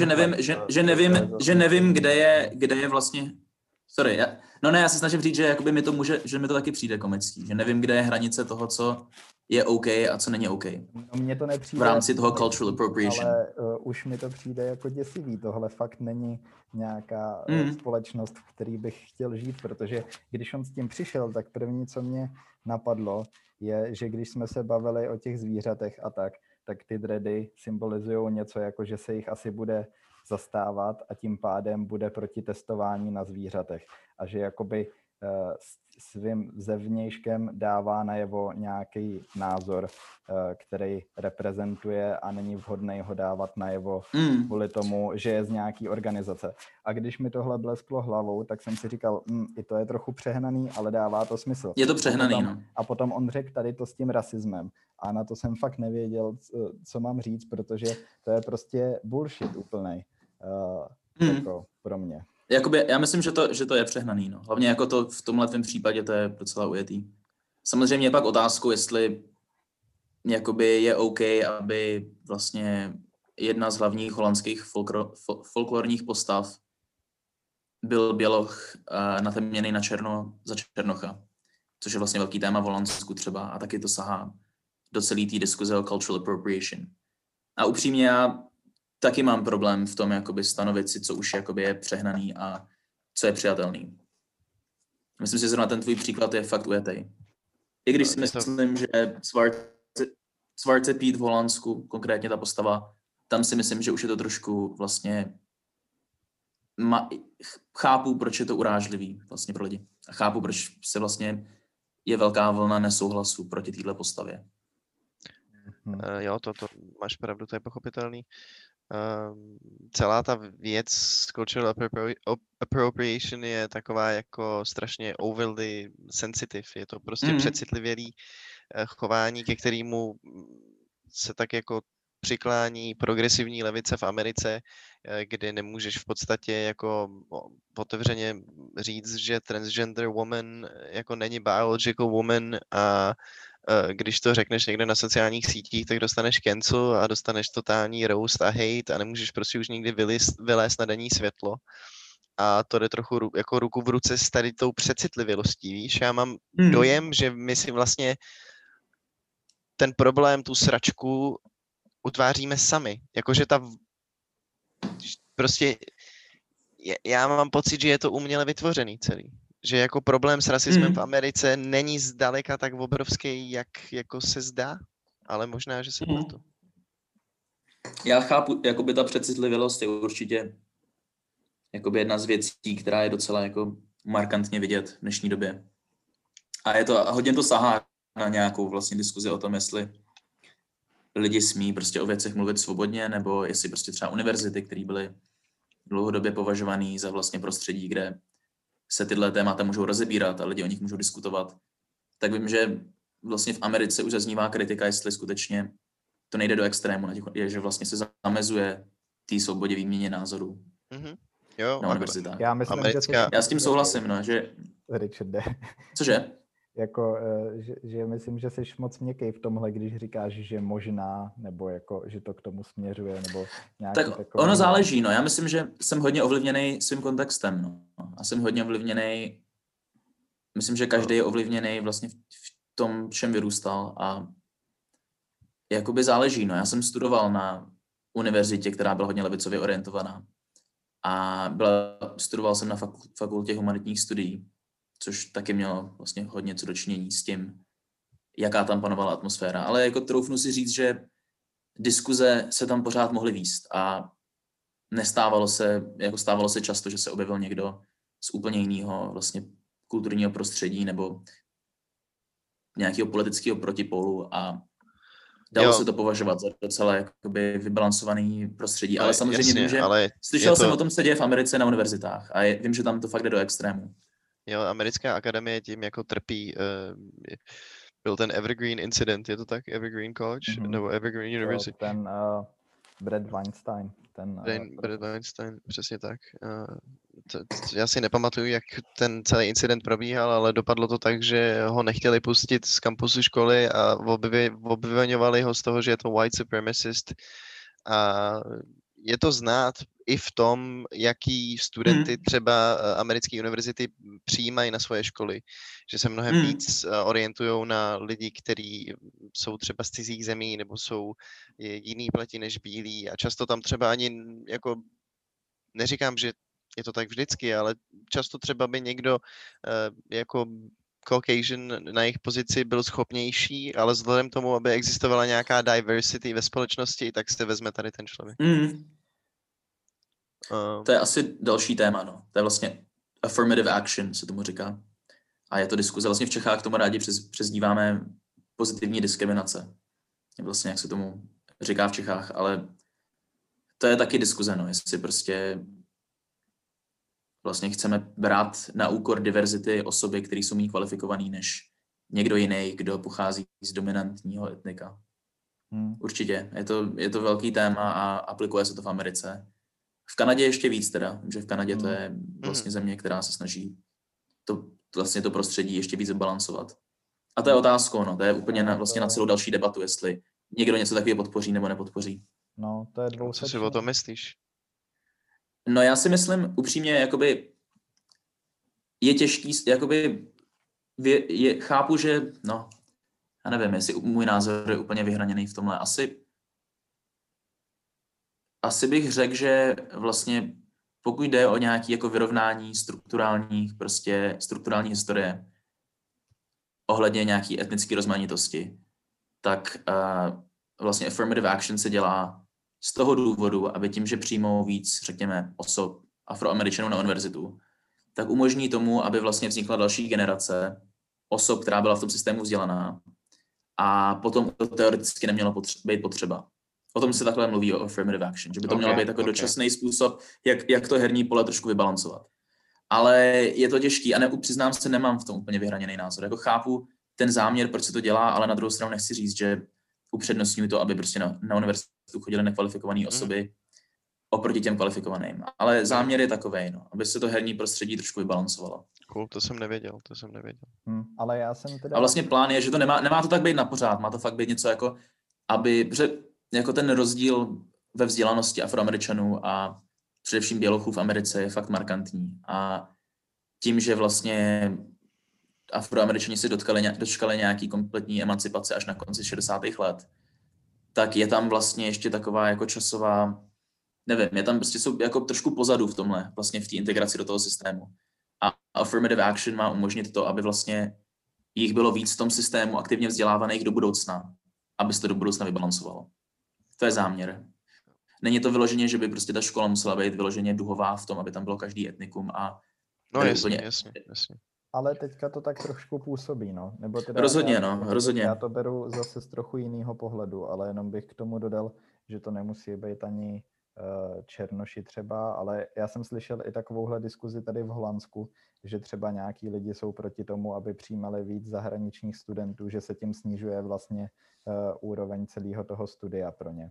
že nevím, kde je vlastně... Sorry, já se snažím říct, že jakoby mi to taky přijde komický, že nevím, kde je hranice toho, co je OK a co není OK. No, mně to nepřijde. V rámci toho cultural appropriation. Ale už mi to přijde jako děsivý. Tohle fakt není nějaká společnost, v který bych chtěl žít, protože když on s tím přišel, tak první, co mě napadlo, je, že když jsme se bavili o těch zvířatech a tak ty dready symbolizují něco jako, že se jich asi bude zastávat a tím pádem bude proti testování na zvířatech. A že jakoby svým zevnějškem dává najevo nějaký názor, který reprezentuje a není vhodný ho dávat najevo kvůli tomu, že je z nějaký organizace. A když mi tohle blesklo hlavou, tak jsem si říkal, i to je trochu přehnaný, ale dává to smysl. Je to přehnaný, no. A potom on řekl tady to s tím rasismem. A na to jsem fakt nevěděl, co mám říct, protože to je prostě bullshit úplnej. Jako pro mě. Jakoby, já myslím, že to je přehnaný. No. Hlavně jako to v tomhle případě to je docela ujetý. Samozřejmě je pak otázku, jestli jakoby je OK, aby vlastně jedna z hlavních holandských folklorních postav byl běloch natemněný na černo za černocha, což je vlastně velký téma v Holandsku třeba a taky to sahá do celé té diskuze o cultural appropriation. A upřímně já taky mám problém v tom jakoby stanovit si, co už jakoby je přehnaný a co je přijatelný. Myslím si, že zrovna ten tvůj příklad je fakt ujetej. I když si myslím, že Zwarte Piet v Holandsku, konkrétně ta postava, tam si myslím, že už je to trošku vlastně... chápu, proč je to urážlivý vlastně pro lidi. A chápu, proč se vlastně je velká vlna nesouhlasu proti téhle postavě. Jo, to máš pravdu, to je pochopitelný. Celá ta věc s cultural appropriation je taková jako strašně overly sensitive. Je to prostě přecitlivělý chování, ke kterému se tak jako přiklání progresivní levice v Americe, kde nemůžeš v podstatě jako otevřeně říct, že transgender woman jako není biological woman a když to řekneš někde na sociálních sítích, tak dostaneš cancel a dostaneš totální roast a hate a nemůžeš prostě už nikdy vylézt na denní světlo. A to jde trochu jako ruku v ruce s tady tou přecitlivělostí, víš? Já mám dojem, že my si vlastně ten problém, tu sračku utváříme sami. Jakože prostě já mám pocit, že je to uměle vytvořený celý. Že jako problém s rasismem v Americe není zdaleka tak obrovský, jak jako se zdá, ale možná, že se pletu. Já chápu, jakoby ta přecitlivělost je určitě jakoby jedna z věcí, která je docela jako markantně vidět v dnešní době. A hodně to sahá na nějakou vlastně diskuzi o tom, jestli lidi smí prostě o věcech mluvit svobodně, nebo jestli prostě třeba univerzity, které byly dlouhodobě považované za vlastně prostředí, kde se tyhle témata můžou rozebírat a lidi o nich můžou diskutovat, tak vím, že vlastně v Americe už zaznívá kritika, jestli skutečně to nejde do extrému, že vlastně se zamezuje té svobodě výměně názorů Jo, na univerzitách. Já myslím, americká- Já s tím souhlasím, no, že... Richarde. Cože? Jako, že myslím, že jsi moc měkký v tomhle, když říkáš, že možná, nebo jako, že to k tomu směřuje, nebo nějaký Tak takový... ono záleží, no. Já myslím, že jsem hodně ovlivněný svým kontextem, no. A jsem hodně ovlivněný, myslím, že každý je ovlivněný vlastně v tom, čem vyrůstal a jakoby záleží, no. Já jsem studoval na univerzitě, která byla hodně levicově orientovaná a studoval jsem na fakultě humanitních studií, což taky mělo vlastně hodně co dočinění s tím, jaká tam panovala atmosféra. Ale jako troufnu si říct, že diskuze se tam pořád mohly vést a stávalo se často, že se objevil někdo z úplně jiného vlastně kulturního prostředí nebo nějakého politického protipolu a dalo se to považovat za docela jakoby vybalancovaný prostředí. Ale samozřejmě jasně, vím, že slyšel jsem o tom, co se děje v Americe na univerzitách a vím, že tam to fakt jde do extrému. Jo, americká akademie tím jako trpí. Byl ten Evergreen incident, je to tak? Evergreen College? Nebo Evergreen University? Ten Brad Weinstein. Brad Weinstein, přesně tak. Já si nepamatuju, jak ten celý incident probíhal, ale dopadlo to tak, že ho nechtěli pustit z kampusu školy a obviňovali ho z toho, že je to white supremacist. A je to znát i v tom, jaký studenty třeba americké univerzity přijímají na svoje školy. Že se mnohem víc orientují na lidi, kteří jsou třeba z cizích zemí nebo jsou jiný pleti než bílí a často tam třeba ani jako, neříkám, že je to tak vždycky, ale často třeba by někdo jako Caucasian na jejich pozici byl schopnější, ale vzhledem tomu, aby existovala nějaká diversity ve společnosti, tak se vezme tady ten člověk. To je asi další téma, no. To je vlastně affirmative action, se tomu říká. A je to diskuze. Vlastně v Čechách k tomu rádi přezdíváme pozitivní diskriminace. Vlastně, jak se tomu říká v Čechách, ale to je taky diskuze, no. Jestli prostě vlastně chceme brát na úkor diverzity osoby, které jsou méně kvalifikovaný než někdo jiný, kdo pochází z dominantního etnika. Určitě. Je to velký téma a aplikuje se to v Americe. V Kanadě ještě víc teda, že v Kanadě to je vlastně země, která se snaží to prostředí ještě víc balancovat. A to je otázkou, no, to je úplně na celou další debatu, jestli někdo něco takového podpoří nebo nepodpoří. No, to je Co si o tom myslíš? No já si myslím upřímně, jakoby je těžký, jakoby chápu, že, no, já nevím, jestli můj názor je úplně vyhraněný v tomhle. Asi bych řekl, že vlastně pokud jde o nějaké jako vyrovnání strukturální historie ohledně nějaké etnické rozmanitosti, tak vlastně affirmative action se dělá z toho důvodu, aby tím, že přijmou víc, řekněme, osob Afroameričanů na univerzitu, tak umožní tomu, aby vlastně vznikla další generace osob, která byla v tom systému vzdělaná a potom to teoreticky nemělo být potřeba. O tom se takhle mluví o affirmative action, že by to mělo být jako dočasný způsob, jak to herní pole trošku vybalancovat. Ale je to těžký a přiznám se, nemám v tom úplně vyhraněný názor. Jako chápu ten záměr, proč se to dělá, ale na druhou stranu nechci říct, že upřednostňuji to, aby prostě na univerzitu chodily nekvalifikované osoby oproti těm kvalifikovaným. Ale záměr je takovej, no, aby se to herní prostředí trošku vybalancovalo. Cool, to jsem nevěděl. Ale já jsem teda... A vlastně plán je, že to nemá to tak být na pořád, má to fakt být něco jako, jako ten rozdíl ve vzdělanosti Afroameričanů a především bělochů v Americe je fakt markantní. A tím, že vlastně Afroameričani si dočkali nějaký kompletní emancipace až na konci 60. let, tak je tam vlastně ještě taková jako časová, nevím, je tam prostě jsou jako trošku pozadu v tomhle, vlastně v té integraci do toho systému. A affirmative action má umožnit to, aby vlastně jich bylo víc v tom systému aktivně vzdělávaných do budoucna, aby se to do budoucna vybalancovalo. To je záměr. Není to vyloženě, že by prostě ta škola musela být vyloženě duhová v tom, aby tam bylo každý etnikum a... No jasně. ale teďka to tak trošku působí, no. Nebo teda Rozhodně, no, rozhodně. Já to beru zase z trochu jiného pohledu, ale jenom bych k tomu dodal, že to nemusí být ani černoši třeba, ale já jsem slyšel i takovouhle diskuzi tady v Holandsku, že třeba nějaký lidi jsou proti tomu, aby přijímali víc zahraničních studentů, že se tím snižuje vlastně úroveň celého toho studia pro ně.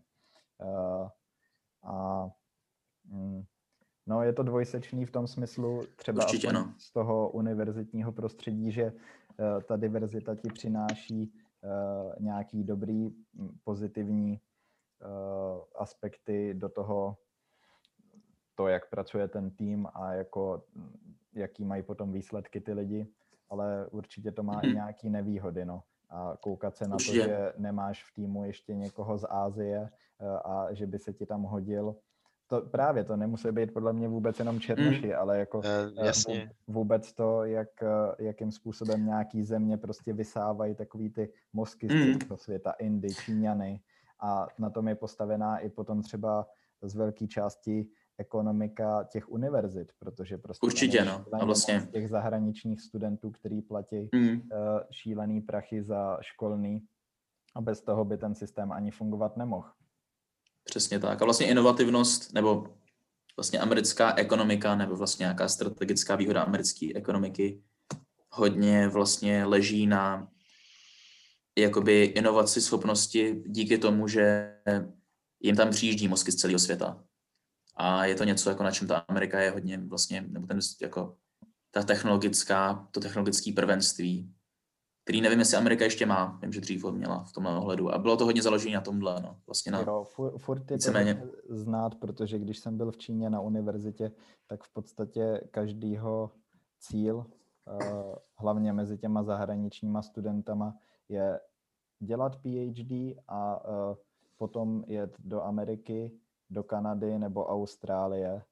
No, je to dvojsečný v tom smyslu třeba Určitě, no. z toho univerzitního prostředí, že ta diverzita ti přináší nějaký dobrý, pozitivní aspekty do toho, jak pracuje ten tým a jako, jaký mají potom výsledky ty lidi, ale určitě to má i nějaký nevýhody, no. A koukat se na to, že nemáš v týmu ještě někoho z Asie a že by se ti tam hodil. To nemusí být podle mě vůbec jenom černoši, ale jako vůbec to, jakým způsobem nějaký země prostě vysávají takový ty mozky z celého světa, Indy, Číňany, a na tom je postavená i potom třeba z velké části ekonomika těch univerzit, protože prostě určitě, no. A vlastně těch zahraničních studentů, který platí šílený prachy za školný, a bez toho by ten systém ani fungovat nemohl. Přesně tak. A vlastně inovativnost, nebo vlastně americká ekonomika, nebo vlastně nějaká strategická výhoda americké ekonomiky hodně vlastně leží na jakoby inovaci, schopnosti díky tomu, že jim tam přijíždí mozky z celého světa. A je to něco, jako na čem ta Amerika je hodně vlastně, nebo ten jako to technologické prvenství, který nevím, jestli Amerika ještě má, vím, že dřív ho měla v tomhle ohledu. A bylo to hodně založené na tomhle, no. Vlastně na furt je víceméně to znát, protože když jsem byl v Číně na univerzitě, tak v podstatě každýho cíl, hlavně mezi těma zahraničníma studentama, je dělat PhD a potom jet do Ameriky, do Kanady nebo Austrálie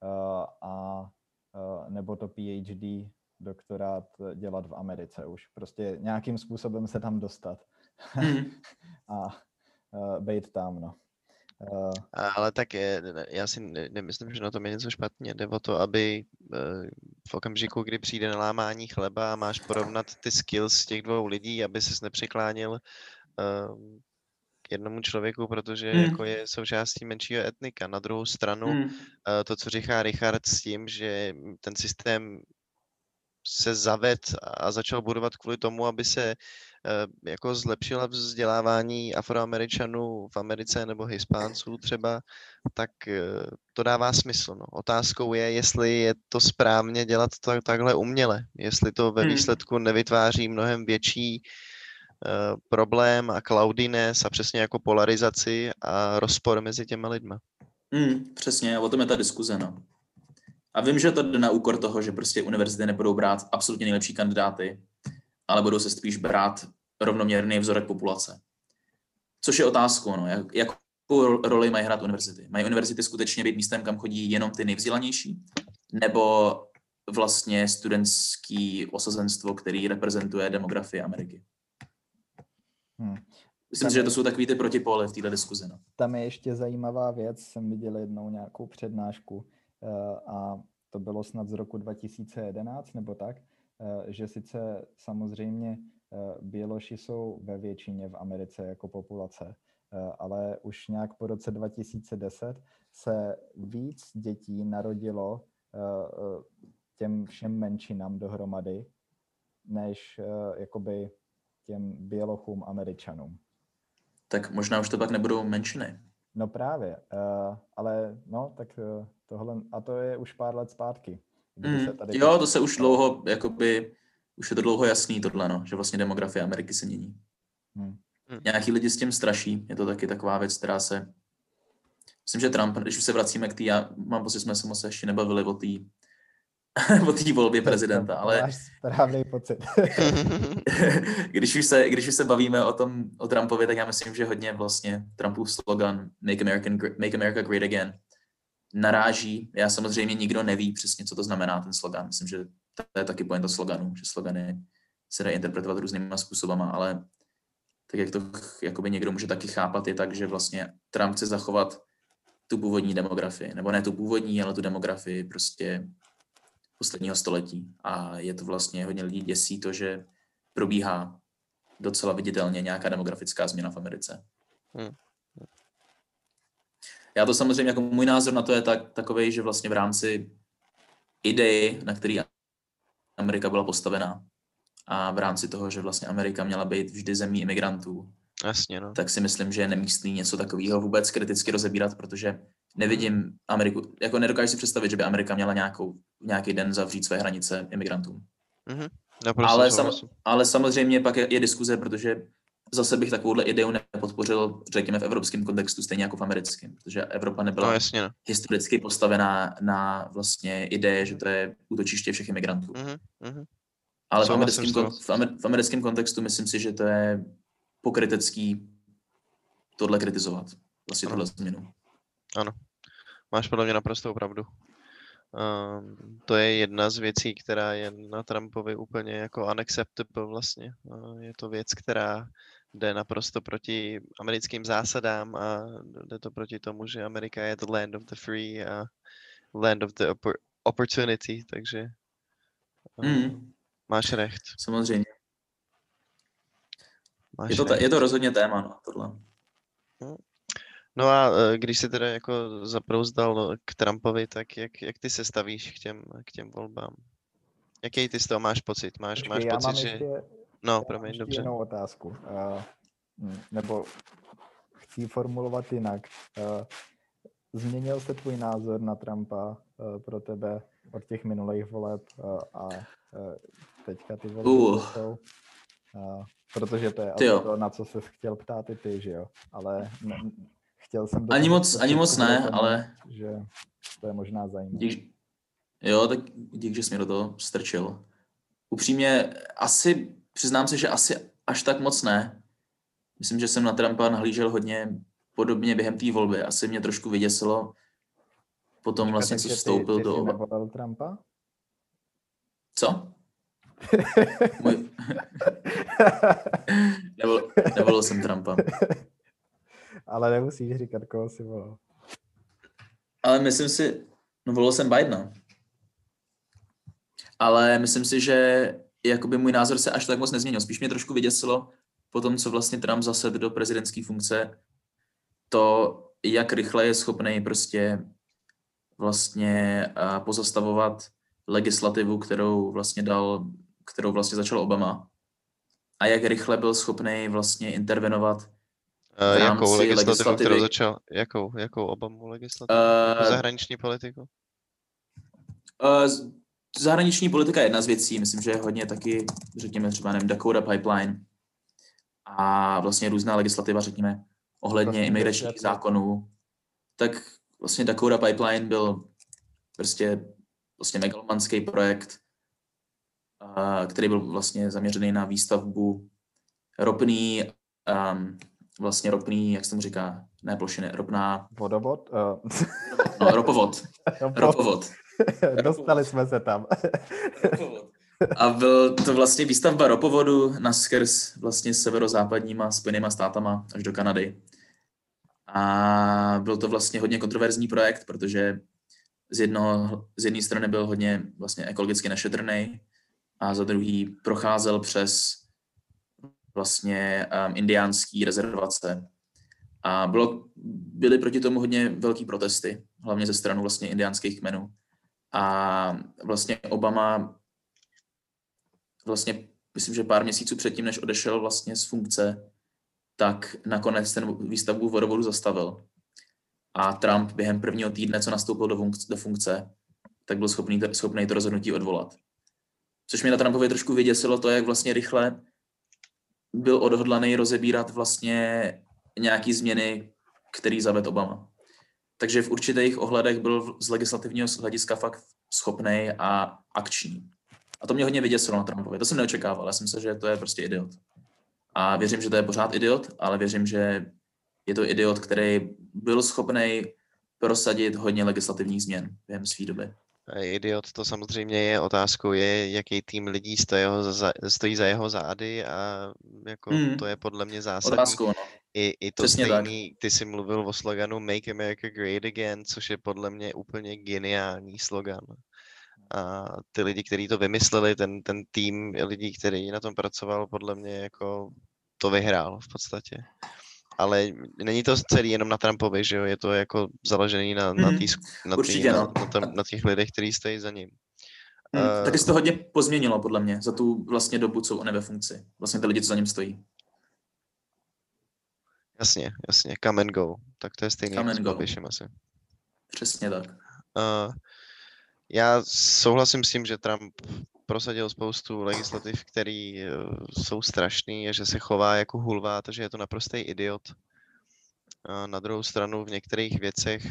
nebo to PhD, doktorát dělat v Americe už. Prostě nějakým způsobem se tam dostat a bejt tam, no. Ale tak já si nemyslím, že na tom je něco špatně. Jde o to, aby v okamžiku, kdy přijde na lámání chleba a máš porovnat ty skills těch dvou lidí, aby ses nepřiklánil k jednomu člověku, protože jako je součástí menšího etnika. Na druhou stranu to, co říká Richard s tím, že ten systém se zaved a začal budovat kvůli tomu, aby se jako zlepšila vzdělávání Afroameričanů v Americe nebo Hispánců třeba, tak to dává smysl. No. Otázkou je, jestli je to správně dělat takhle uměle, jestli to ve výsledku nevytváří mnohem větší problém a cloudiness a přesně jako polarizaci a rozpor mezi těma lidma. Přesně, o tom je ta diskuze, no. A vím, že to jde na úkor toho, že prostě univerzity nebudou brát absolutně nejlepší kandidáty, ale budou se spíš brát rovnoměrný vzorek populace. Což je otázkou, no, jakou roli mají hrát univerzity. Mají univerzity skutečně být místem, kam chodí jenom ty nejvzdělanější? Nebo vlastně studentský osazenstvo, který reprezentuje demografii Ameriky? Myslím si, že to jsou takový ty protipóly v této diskuzi. No. Tam je ještě zajímavá věc, jsem viděl jednou nějakou přednášku a to bylo snad z roku 2011 nebo tak, že sice samozřejmě Běloši jsou ve většině v Americe jako populace, ale už nějak po roce 2010 se víc dětí narodilo těm všem menšinám dohromady, než jakoby těm bělochům Američanům. Tak možná už to pak nebudou menšiny. No právě, ale no, tak tohle, a to je už pár let zpátky. Jo, to se už dlouho, jakoby, už je to dlouho jasný tohle, no, že vlastně demografie Ameriky se mění. Nějaký lidi s tím straší, je to taky taková věc, která se, myslím, že Trump, když už se vracíme k té, já mám pocit, jsme se moc ještě nebavili o té volbě prezidenta, ale máš správný pocit. když už se bavíme o Trumpovi, tak já myslím, že hodně vlastně Trumpův slogan Make America Great Again naráží. Já samozřejmě nikdo neví přesně, co to znamená ten slogan. Myslím, že to je taky pointa sloganu, že slogany se dají interpretovat různýma způsobama, ale tak jak to jakoby někdo může taky chápat, je tak, že vlastně Trump chce zachovat tu původní demografii, nebo ne tu původní, ale tu demografii prostě posledního století. A je to vlastně, hodně lidí děsí to, že probíhá docela viditelně nějaká demografická změna v Americe. Já to samozřejmě, jako můj názor na to je takovej, že vlastně v rámci idei, na který Amerika byla postavená, a v rámci toho, že vlastně Amerika měla být vždy zemí imigrantů, Jasně, no. tak si myslím, že je nemístný něco takového vůbec kriticky rozebírat, protože nevidím Ameriku, jako nedokážu si představit, že by Amerika měla nějaký den zavřít své hranice imigrantům. Ale samozřejmě pak je diskuze, protože zase bych takovouhle ideu nepodpořil, řekněme, v evropském kontextu, stejně jako v americkém, protože Evropa nebyla historicky postavená na vlastně ideje, že to je útočiště všech imigrantů. Ale v americkém kontextu myslím si, že to je pokrytecký tohle kritizovat, vlastně tohle změnu. Ano, máš podle mě naprostou pravdu. To je jedna z věcí, která je na Trumpovi úplně jako unacceptable vlastně. Je to věc, která jde naprosto proti americkým zásadám a jde to proti tomu, že Amerika je the land of the free a land of the opportunity, takže máš recht. Samozřejmě. Je to rozhodně téma, no, tohle. No a když jsi teda jako zaprouzdal k Trumpovi, tak jak ty se stavíš k těm volbám? Jaký ty z toho máš pocit? Máš pocit, že... No, promiň, dobře. Jinou otázku. Nebo chci formulovat jinak. Změnil se tvůj názor na Trumpa pro tebe od těch minulých voleb a teďka ty volby jsou? Protože to je to, na co ses chtěl ptát i ty, že jo? Ale chtěl jsem... Ani moc ne, ale... Že to je možná zajímavé. Tak dík, že jsi mě do toho strčil. Upřímně, přiznám se, že asi až tak moc ne. Myslím, že jsem na Trumpa nahlížel hodně podobně během té volby. Asi mě trošku vyděsilo potom vlastně, co vstoupil ty do... Ty jsi nevolil Trumpa? Co? Nevolil jsem Trumpa. Ale nemusíš říkat, koho jsi volil. Ale myslím si, volil jsem Bidena. Ale myslím si, že jakoby můj názor se až tak moc nezměnil. Spíš mě trošku vyděsilo po tom, co vlastně Trump zasedl do prezidentské funkce, to, jak rychle je schopný prostě vlastně pozastavovat legislativu, kterou vlastně začal Obama. A jak rychle byl schopný vlastně intervenovat v rámci legislativu, kterou začal? Jakou Obamu legislativu? Zahraniční politiku? Zahraniční politika je jedna z věcí, myslím, že je hodně taky, řekněme třeba, Dakota Pipeline a vlastně různá legislativa, řekněme, ohledně imigračních zákonů. Tak vlastně Dakota Pipeline byl prostě megalomanský projekt, který byl vlastně zaměřený na výstavbu ropný, jak se tomu říká, ne plošiny, ropná... Vodovod? No, ropovod. Dostali jsme se tam. A byl to vlastně výstavba ropovodu naskrz vlastně severozápadníma Spojenýma státama až do Kanady. A byl to vlastně hodně kontroverzní projekt, protože z jedné strany byl hodně vlastně ekologicky nešetrný a za druhý procházel přes vlastně indiánský rezervace. A byly proti tomu hodně velký protesty, hlavně ze strany vlastně indiánských kmenů. A vlastně Obama vlastně, myslím, že pár měsíců předtím, než odešel vlastně z funkce, tak nakonec ten výstavbu vodovodu zastavil. A Trump během prvního týdne, co nastoupil do funkce, tak byl schopný to rozhodnutí odvolat. Což mě na Trumpově trošku vyděsilo to, jak vlastně rychle byl odhodlaný rozebírat vlastně nějaký změny, který zavedl Obama. Takže v určitých ohledech byl z legislativního hlediska fakt schopný a akční. A to mě hodně vyděsilo na Trumpově. To jsem neočekával. Já jsem myslel, že to je prostě idiot. A věřím, že to je pořád idiot, ale věřím, že je to idiot, který byl schopný prosadit hodně legislativních změn během své doby. Idiot, to samozřejmě je otázkou, jaký tým lidí stojí za jeho zády a jako to je podle mě zásadní. Otázkou, no. I to přesně stejný, tak. Ty jsi mluvil o sloganu Make America Great Again, což je podle mě úplně geniální slogan. a ty lidi, kteří to vymysleli, ten tým lidí, který na tom pracoval, podle mě jako to vyhrál v podstatě. Ale není to celý jenom na Trumpovi, že jo, je to jako založený Určitě, no. na těch lidech, kteří stojí za ním. Taky se to hodně pozměnilo, podle mě, za tu vlastně dobu, co on je ve funkci. Vlastně ty lidi, co za ním stojí. Jasně, come and go. Tak to je stejný jako s Babišem asi. Přesně tak. Já souhlasím s tím, že Trump prosadil spoustu legislativ, které jsou strašný a že se chová jako hulvát a že je to naprostý idiot. Na druhou stranu v některých věcech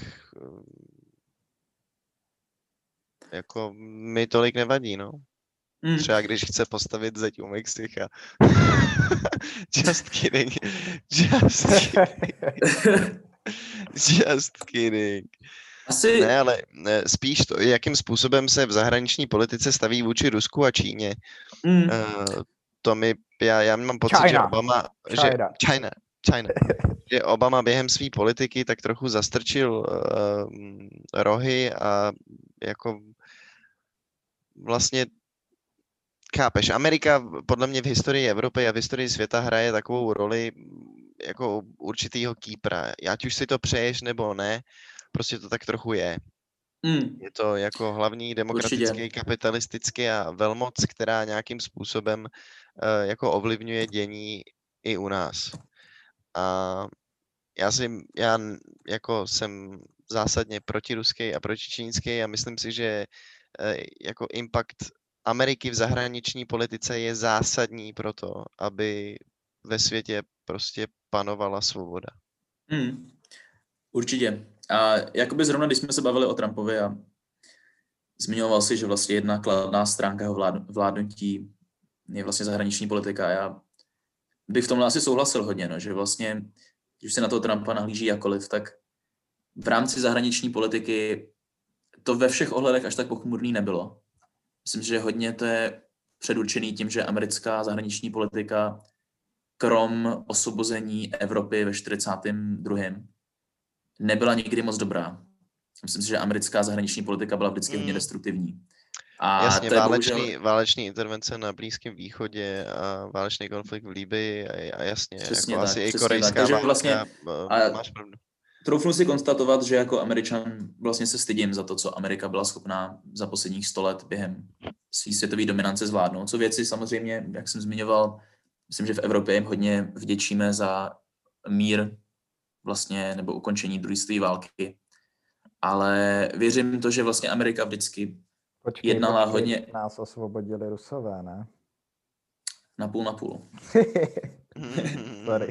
jako mi tolik nevadí, no. Třeba když chce postavit zeď u Mexika. Just kidding. Just kidding. Asi... Ne, ale spíš to, jakým způsobem se v zahraniční politice staví vůči Rusku a Číně. To já mám pocit, China. že Obama... China. Že Obama během své politiky tak trochu zastrčil rohy a jako vlastně chápeš, Amerika podle mě v historii Evropy a v historii světa hraje takovou roli jako určitýho keepera. Ať už si to přeješ nebo ne, prostě to tak trochu je. Je to jako hlavní demokratický, kapitalistický a velmoc, která nějakým způsobem jako ovlivňuje dění i u nás. A já jako jsem zásadně protiruský a protičínský a myslím si, že jako impact Ameriky v zahraniční politice je zásadní pro to, aby ve světě prostě panovala svoboda. Určitě. A jakoby zrovna, když jsme se bavili o Trumpovi a zmiňoval si, že vlastně jedna kladná stránka jeho vládnutí je vlastně zahraniční politika. Já bych v tomhle asi souhlasil hodně, no, že vlastně, když se na toho Trumpa nahlíží jakoliv, tak v rámci zahraniční politiky to ve všech ohledech až tak pochmurný nebylo. Myslím, že hodně to je předurčený tím, že americká zahraniční politika krom osvobození Evropy ve 42. nebyla nikdy moc dobrá. Myslím si, že americká zahraniční politika byla vždycky hodně destruktivní. A jasně, to je váleční intervence na Blízkém východě a válečný konflikt v Líbii a jasně, přesně jako tak, asi i korejská válka, vlastně, máš pravdu. Troufnu si konstatovat, že jako Američan vlastně se stydím za to, co Amerika byla schopná za posledních 100 let během své světové dominance zvládnout. Co věci samozřejmě, jak jsem zmiňoval, myslím, že v Evropě jim hodně vděčíme za mír vlastně, nebo ukončení druhé světové války. Ale věřím to, že vlastně Amerika vždycky jednala hodně... Nás osvobodili Rusové, ne? Na půl. Sorry.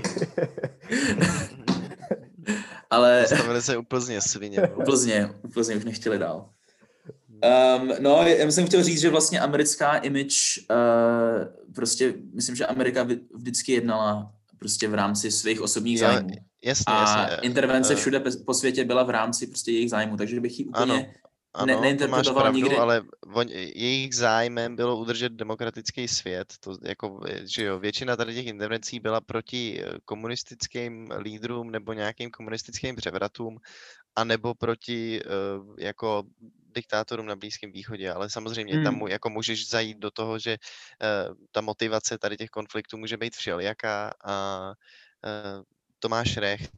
Ale... Zastavili se u Plzně svině. U Plzně už nechtěli dál. No, já jsem chtěl říct, že vlastně americká image, prostě myslím, že Amerika vždycky jednala prostě v rámci svých osobních zájmů. Jasně. Intervence všude po světě byla v rámci prostě jejich zájmu, takže bych ji úplně neinterpretoval pravdu, nikdy. Ale jejich zájmem bylo udržet demokratický svět. To jako, že jo, většina tady těch intervencí byla proti komunistickým lídrům nebo nějakým komunistickým převratům, anebo proti jako diktátorům na Blízkém východě, ale samozřejmě tam jako můžeš zajít do toho, že ta motivace tady těch konfliktů může být všelijaká a Tomáš Recht.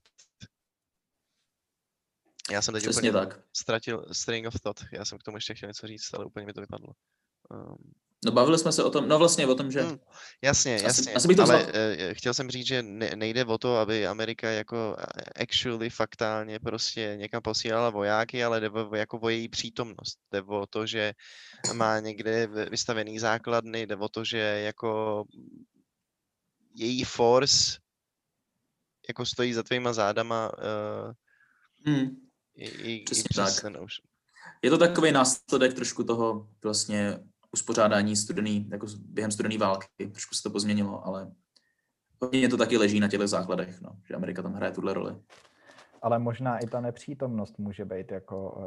Já jsem teď přesně úplně tak. ztratil string of thought. Já jsem k tomu ještě chtěl něco říct, ale úplně mi to vypadlo. No bavili jsme se o tom, no vlastně o tom, že... Jasně, asi bych to ale chtěl jsem říct, že nejde o to, aby Amerika jako actually faktálně prostě někam posílala vojáky, ale jde jako o její přítomnost. Jde o to, že má někde vystavený základny, jde o to, že jako její force jako stojí za tvýma zádama i přes ten ocean. Je to takový následek trošku toho vlastně uspořádání jako během studené války. Trošku se to pozměnilo, ale hodně to taky leží na těch základech, no, že Amerika tam hraje tuhle roli. Ale možná i ta nepřítomnost může být jako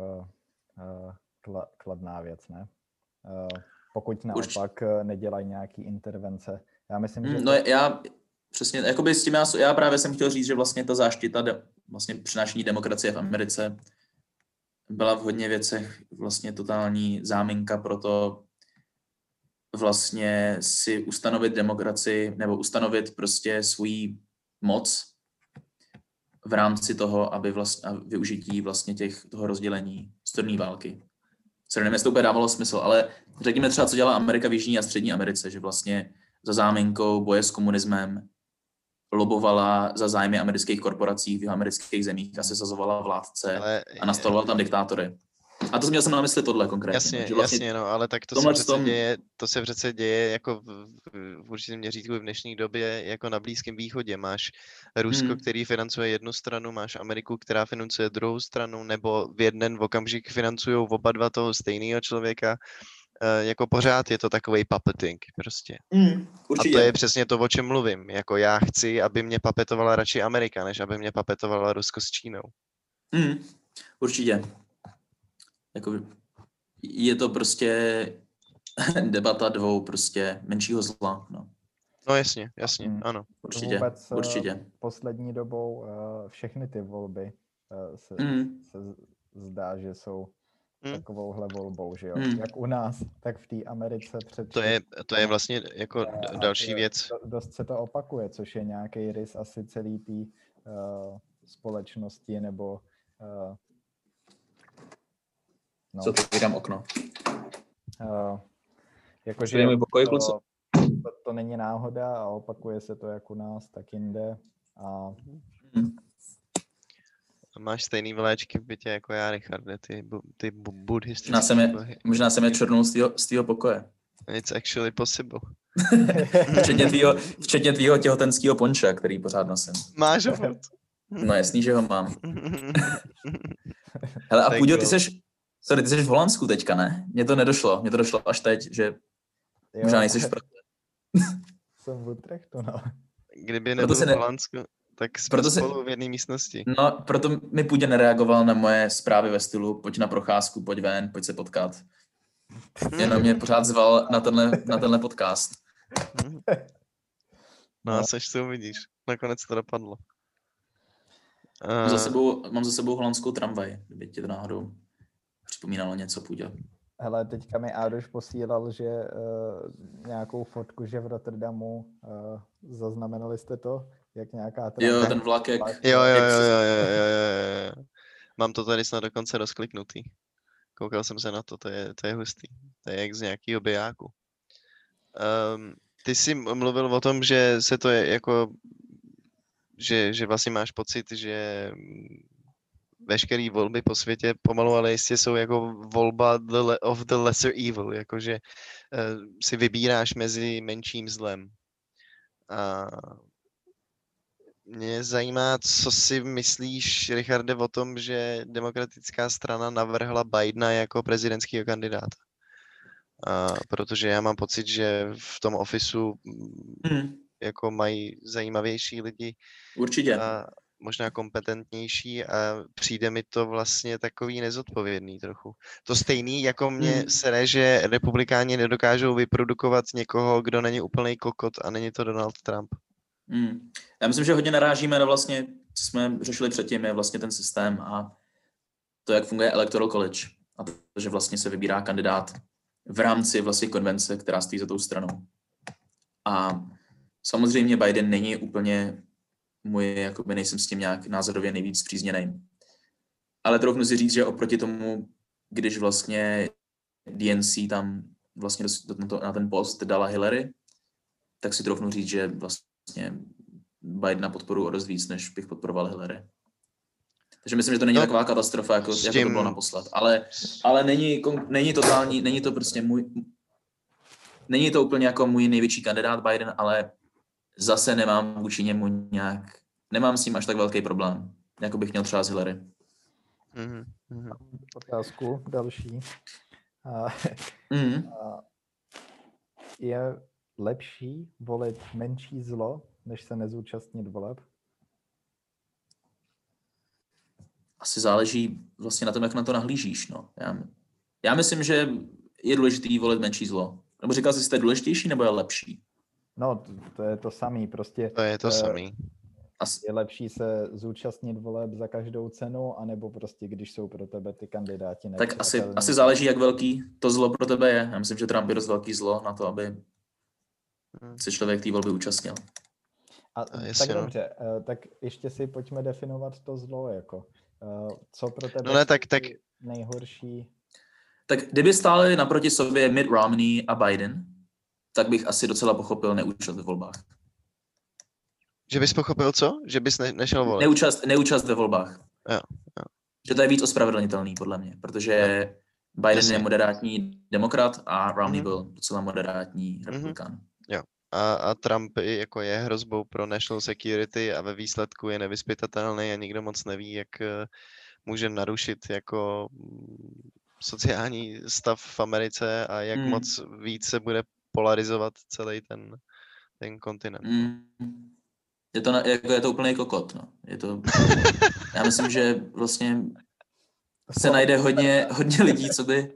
kladná věc, ne? Pokud naopak nedělají nějaký intervence. Já myslím, že... No já přesně, jakoby s tím já právě jsem chtěl říct, že vlastně ta záštita vlastně přinášení demokracie v Americe byla v hodně věcech vlastně totální záminka pro to vlastně si ustanovit demokracii nebo ustanovit prostě svůj moc v rámci toho, aby vlastně využití vlastně toho rozdělení studené války. Co nevím, jestli to úplně dávalo smysl, ale řekněme třeba, co dělá Amerika v Jižní a Střední Americe, že vlastně za záminkou boje s komunismem lobovala za zájmy amerických korporací v amerických zemích a sesazovala vládce a nastavovala tam diktátory. A to měl jsem na mysli tohle konkrétně. Jasně, že vlastně jasně, no, ale tak to se přece děje jako v určitém měřítku v dnešní době jako na Blízkém východě. Máš Rusko, který financuje jednu stranu, máš Ameriku, která financuje druhou stranu, nebo v jeden okamžik financují oba dva toho stejného člověka. Jako pořád je to takovej puppeting prostě. Určitě. A to je přesně to, o čem mluvím. Jako já chci, aby mě papetovala radši Amerika, než aby mě papetovala Rusko s Čínou. Určitě. Jako, je to prostě debata dvou prostě menšího zla. No jasně, ano. Určitě. Poslední dobou všechny ty volby se zdá, že jsou takovouhle volbou, že jo? Jak u nás, tak v té Americe před... To je vlastně jako další věc. Dost se to opakuje, což je nějaký rys asi celý té společnosti, nebo... Co teď vydám okno? Jakože to není náhoda a opakuje se to jak u nás, tak jinde. Máš stejný vléčky v bytě jako já, Richarde, ty buddhistické. Možná jsem je černul z tvýho pokoje. It's actually possible. Včetně tvýho těhotenského ponča, který pořád nosím. Máš ho furt? No jasný, že ho mám. Hele, a Půďo, ty jsi v Holandsku teďka, ne? Mně to nedošlo až teď, že možná nejsi v Praze. Jsem v Utrechtu, no. Kdyby nebyl v Holandsku, tak jsme spolu v jedné místnosti. No, proto mi Půdě nereagoval na moje zprávy ve stylu pojď na procházku, pojď ven, pojď se potkat. Jenom mě pořád zval na tenhle podcast. No a seš to uvidíš. Nakonec to dopadlo. Mám za sebou holandskou tramvaj, kdyby ti to náhodou připomínalo něco, Půdě. Hele, teďka mi Ádoš posílal, že nějakou fotku, že v Rotterdamu zaznamenali jste to? Jak nějaká tramvaj. Jo, ten vlak jak... Jo. Mám to tady snad dokonce rozkliknutý. Koukal jsem se na to, to je hustý. To je jak z nějakého bijáku. Ty jsi mluvil o tom, že se to je jako... Že vlastně máš pocit, že veškeré volby po světě pomalu, ale jistě jsou jako volba of the lesser evil, jakože si vybíráš mezi menším zlem. A mě zajímá, co si myslíš, Richarde, o tom, že demokratická strana navrhla Bidena jako prezidentského kandidáta. Protože já mám pocit, že v tom ofisu jako mají zajímavější lidi. Určitě. A možná kompetentnější a přijde mi to vlastně takový nezodpovědný trochu. To stejný, jako mě sere, že republikáni nedokážou vyprodukovat někoho, kdo není úplnej kokot a není to Donald Trump. Já myslím, že hodně narážíme na vlastně, co jsme řešili předtím, je vlastně ten systém a to, jak funguje Electoral College a to, že vlastně se vybírá kandidát v rámci vlastně konvence, která stojí za tou stranou. A samozřejmě Biden není úplně jakoby nejsem s tím nějak názorově nejvíc zpřízněnej. Ale troufnu si říct, že oproti tomu, když vlastně DNC tam vlastně na ten post dala Hillary, tak si troufnu říct, že vlastně Bidena podporu o dost víc, než bych podporoval Hillary. Takže myslím, že to není taková katastrofa, jako to bylo naposled. Ale není totální, není to prostě není to úplně jako můj největší kandidát Biden, ale zase nemám vůči němu nemám s tím až tak velký problém, jako bych měl třeba s Hillary. Otázku další. Je lepší volit menší zlo, než se nezúčastnit voleb? Asi záleží vlastně na tom, jak na to nahlížíš. No. Já myslím, že je důležitý volit menší zlo. Nebo říkal jsi, že je důležitější, nebo je lepší? No, to je to samý, prostě. To je to samý. Je lepší se zúčastnit voleb za každou cenu, anebo prostě, když jsou pro tebe ty kandidáti Tak asi nepřijatelní, záleží, jak velký to zlo pro tebe je. Já myslím, že Trump je dost velký zlo na to, aby se člověk té volby účastnil. A jasně, tak no. dobře, tak ještě si pojďme definovat to zlo, jako co pro tebe No ne, jsou tak ty nejhorší. Tak kdyby stáli naproti sobě Mitt Romney a Biden, tak bych asi docela pochopil neúčast ve volbách. Že bys pochopil co? Že bys nešel volit? Neúčast ve volbách. Jo. Že to je víc ospravedlnitelný, podle mě, protože Biden Jasně. je moderátní demokrat a Romney byl docela moderátní republikán. Jo. A Trump jako je hrozbou pro national security a ve výsledku je nevyzpytatelný a nikdo moc neví, jak může narušit jako sociální stav v Americe a jak moc víc se bude polarizovat celý ten kontinent. Je to úplný kokot. No. Já myslím, že vlastně se najde hodně lidí,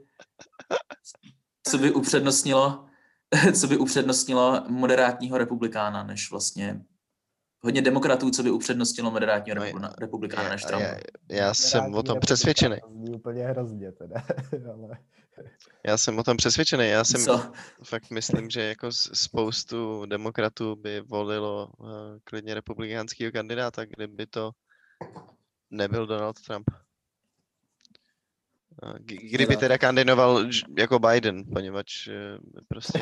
co by upřednostnilo moderátního republikána, než vlastně hodně demokratů, co by upřednostnilo moderátního republikána než Trumpa. Já jsem o tom přesvědčený. Úplně hrozně teda. Ale... Já jsem o tom přesvědčený. Já jsem fakt myslím, že jako spoustu demokratů by volilo klidně republikánského kandidáta, kdyby to nebyl Donald Trump. Kdyby teda kandidoval jako Biden, poněvadž prostě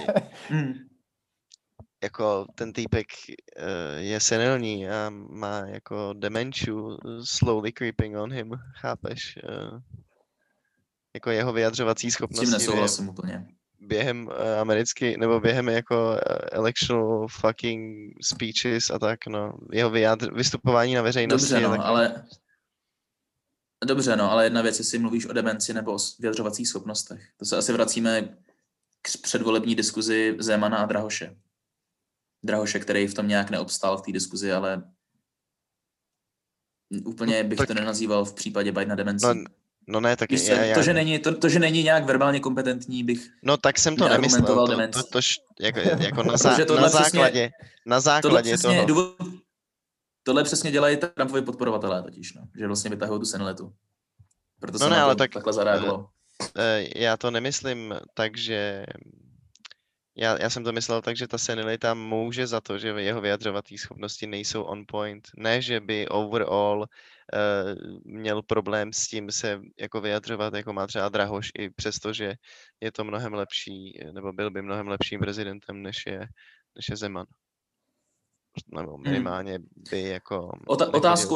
jako ten týpek je senilní a má jako dementiu slowly creeping on him, chápeš? Jako jeho vyjadřovací schopnosti. S tím nesouhlasím úplně. Během během jako electional fucking speeches a tak, no. Jeho vystupování na veřejnosti. Dobře, ale jedna věc, jestli mluvíš o demenci nebo o vyjadřovacích schopnostech. To se asi vracíme k předvolební diskuzi Zemana a Drahoše. Drahoše, který v tom nějak neobstál v té diskuzi, ale úplně bych to nenazýval v případě Bidena demencí. No ne, tak to, že není nějak verbálně kompetentní, bych no tak jsem to nemyslel, jako na základě toho. Tohle přesně dělají Trumpovi podporovatelé totiž, no, že vlastně vytahují tu senilitu. Proto jsem na to takhle zareagoval. Já to nemyslím tak, že já jsem to myslel tak, že ta senilita může za to, že jeho vyjadřovací schopnosti nejsou on point. Ne, že by overall měl problém s tím se jako vyjadřovat, jako má třeba Drahoš, i přesto, že je to mnohem lepší, nebo byl by mnohem lepším prezidentem, než je Zeman. Nebo minimálně by jako... Otázkou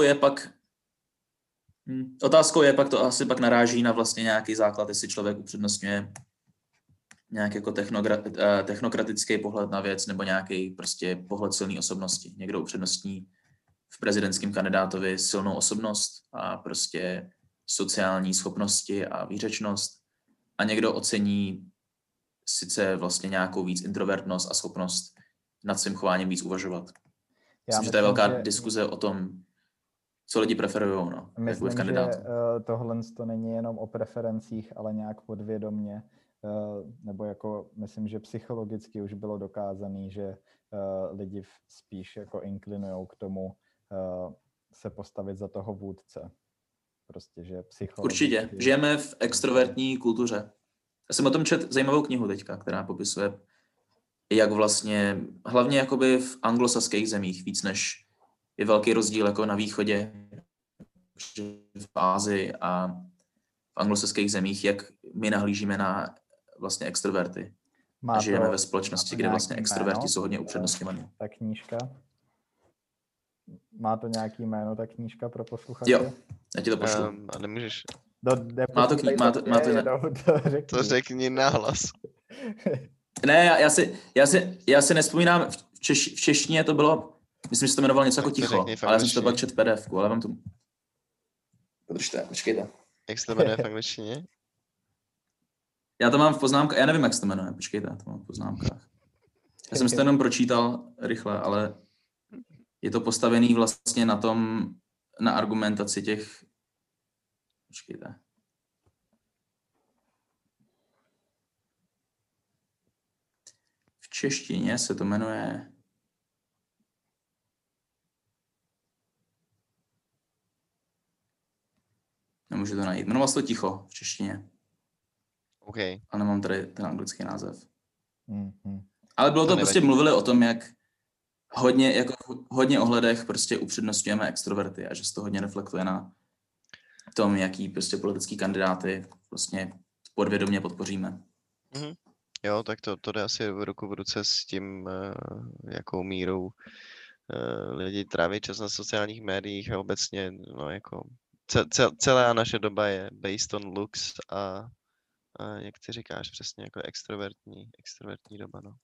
je pak, to asi pak naráží na vlastně nějaký základ, jestli člověk upřednostňuje nějak jako technokratický pohled na věc nebo nějaký prostě pohled silné osobnosti. Někdo upřednostní v prezidentském kandidátovi silnou osobnost a prostě sociální schopnosti a výřečnost a někdo ocení sice vlastně nějakou víc introvertnost a schopnost nad svým chováním víc uvažovat. Myslím, že to je velká diskuze o tom, co lidi preferují, no, myslím, že tohle to není jenom o preferencích, ale nějak podvědomně, nebo jako myslím, že psychologicky už bylo dokázané, že lidi spíš jako inklinujou k tomu se postavit za toho vůdce. Prostě, že psychologicky... Určitě. Žijeme v extrovertní kultuře. Já jsem o tom četl zajímavou knihu teďka, která popisuje, jak vlastně, hlavně jakoby v anglosaských zemích, víc než je velký rozdíl jako na východě, v Ázii a v anglosaských zemích, jak my nahlížíme na vlastně extroverty. A žijeme ve společnosti, kde vlastně extroverti jsou hodně upřednostňovaní. Ta knížka? Má to nějaký jméno, ta knížka pro posluchače? Jo, já ti to pošlu. A nemůžeš... To řekni nahlas. Ne, já si nespomínám, v češtině to bylo, myslím, že se to jmenovalo něco jako Ticho, ale já jsem si to pak čet PDF-ku, ale vám to... Počkejte. Jak se to jmenuje v angličtině? Já to mám v poznámkách, já nevím, jak se to jmenuje, počkejte, já to mám v poznámkách. Já jsem si to jenom pročítal rychle, ale je to postavený vlastně na argumentaci těch... Počkejte. V češtině se to jmenuje nemůžu to najít. Jmenoval se to Ticho v češtině. OK. A nemám tady ten anglický název. Mm-hmm. Ale bylo to prostě, nevadí. mluvili o tom, jak hodně ohledech prostě upřednostňujeme extroverty a že se to hodně reflektuje na tom, jaký prostě politický kandidáty vlastně podvědomě podpoříme. Mhm. Jo, tak to jde asi ruku v ruce s tím, jakou mírou lidi tráví čas na sociálních médiích a obecně, no jako celá naše doba je based on looks a jak ty říkáš, přesně jako extrovertní doba, no.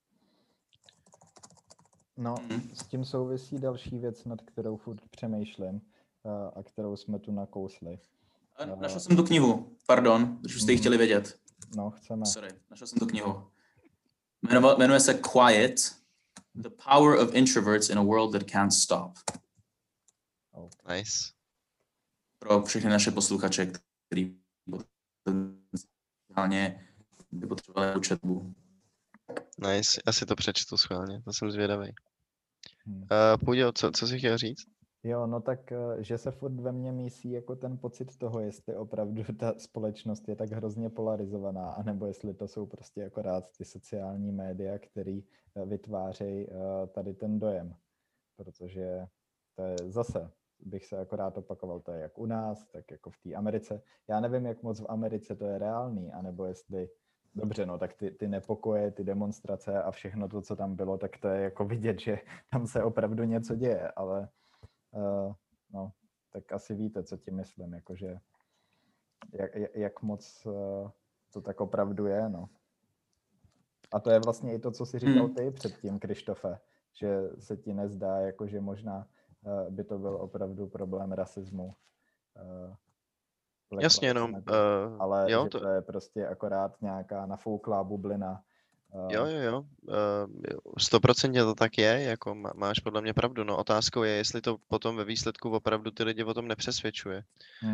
No, s tím souvisí další věc, nad kterou furt přemýšlím a kterou jsme tu nakousli. Našel jsem tu knihu, pardon, když už jste ji chtěli vědět. No, chceme. Sorry, našel jsem tu knihu. Jmenuje se Quiet, The Power of Introverts in a World That Can't Stop. Okay. Nice. Pro všechny naše posluchače, kteří potenciálně by potřebovali četbu. Nice, já si to přečtu schválně, to jsem zvědavý. Půjde, co jsi chtěl říct? Jo, no tak, že se furt ve mně mísí jako ten pocit toho, jestli opravdu ta společnost je tak hrozně polarizovaná, anebo jestli to jsou prostě akorát ty sociální média, který vytvářejí tady ten dojem. Protože to je zase, bych se akorát opakoval, to je jak u nás, tak jako v té Americe. Já nevím, jak moc v Americe to je reálný, anebo jestli, dobře, no tak ty nepokoje, ty demonstrace a všechno to, co tam bylo, tak to je jako vidět, že tam se opravdu něco děje, ale no, tak asi víte, co tím myslím, jakože jak moc to tak opravdu je, no. A to je vlastně i to, co jsi říkal ty předtím, Krištofe, že se ti nezdá, jakože možná by to byl opravdu problém rasismu. Jasně, no. Ale jo, že to je prostě akorát nějaká nafouklá bublina. Jo. 100% to tak je, jako máš podle mě pravdu. No, otázkou je, jestli to potom ve výsledku opravdu ty lidi o tom nepřesvědčuje.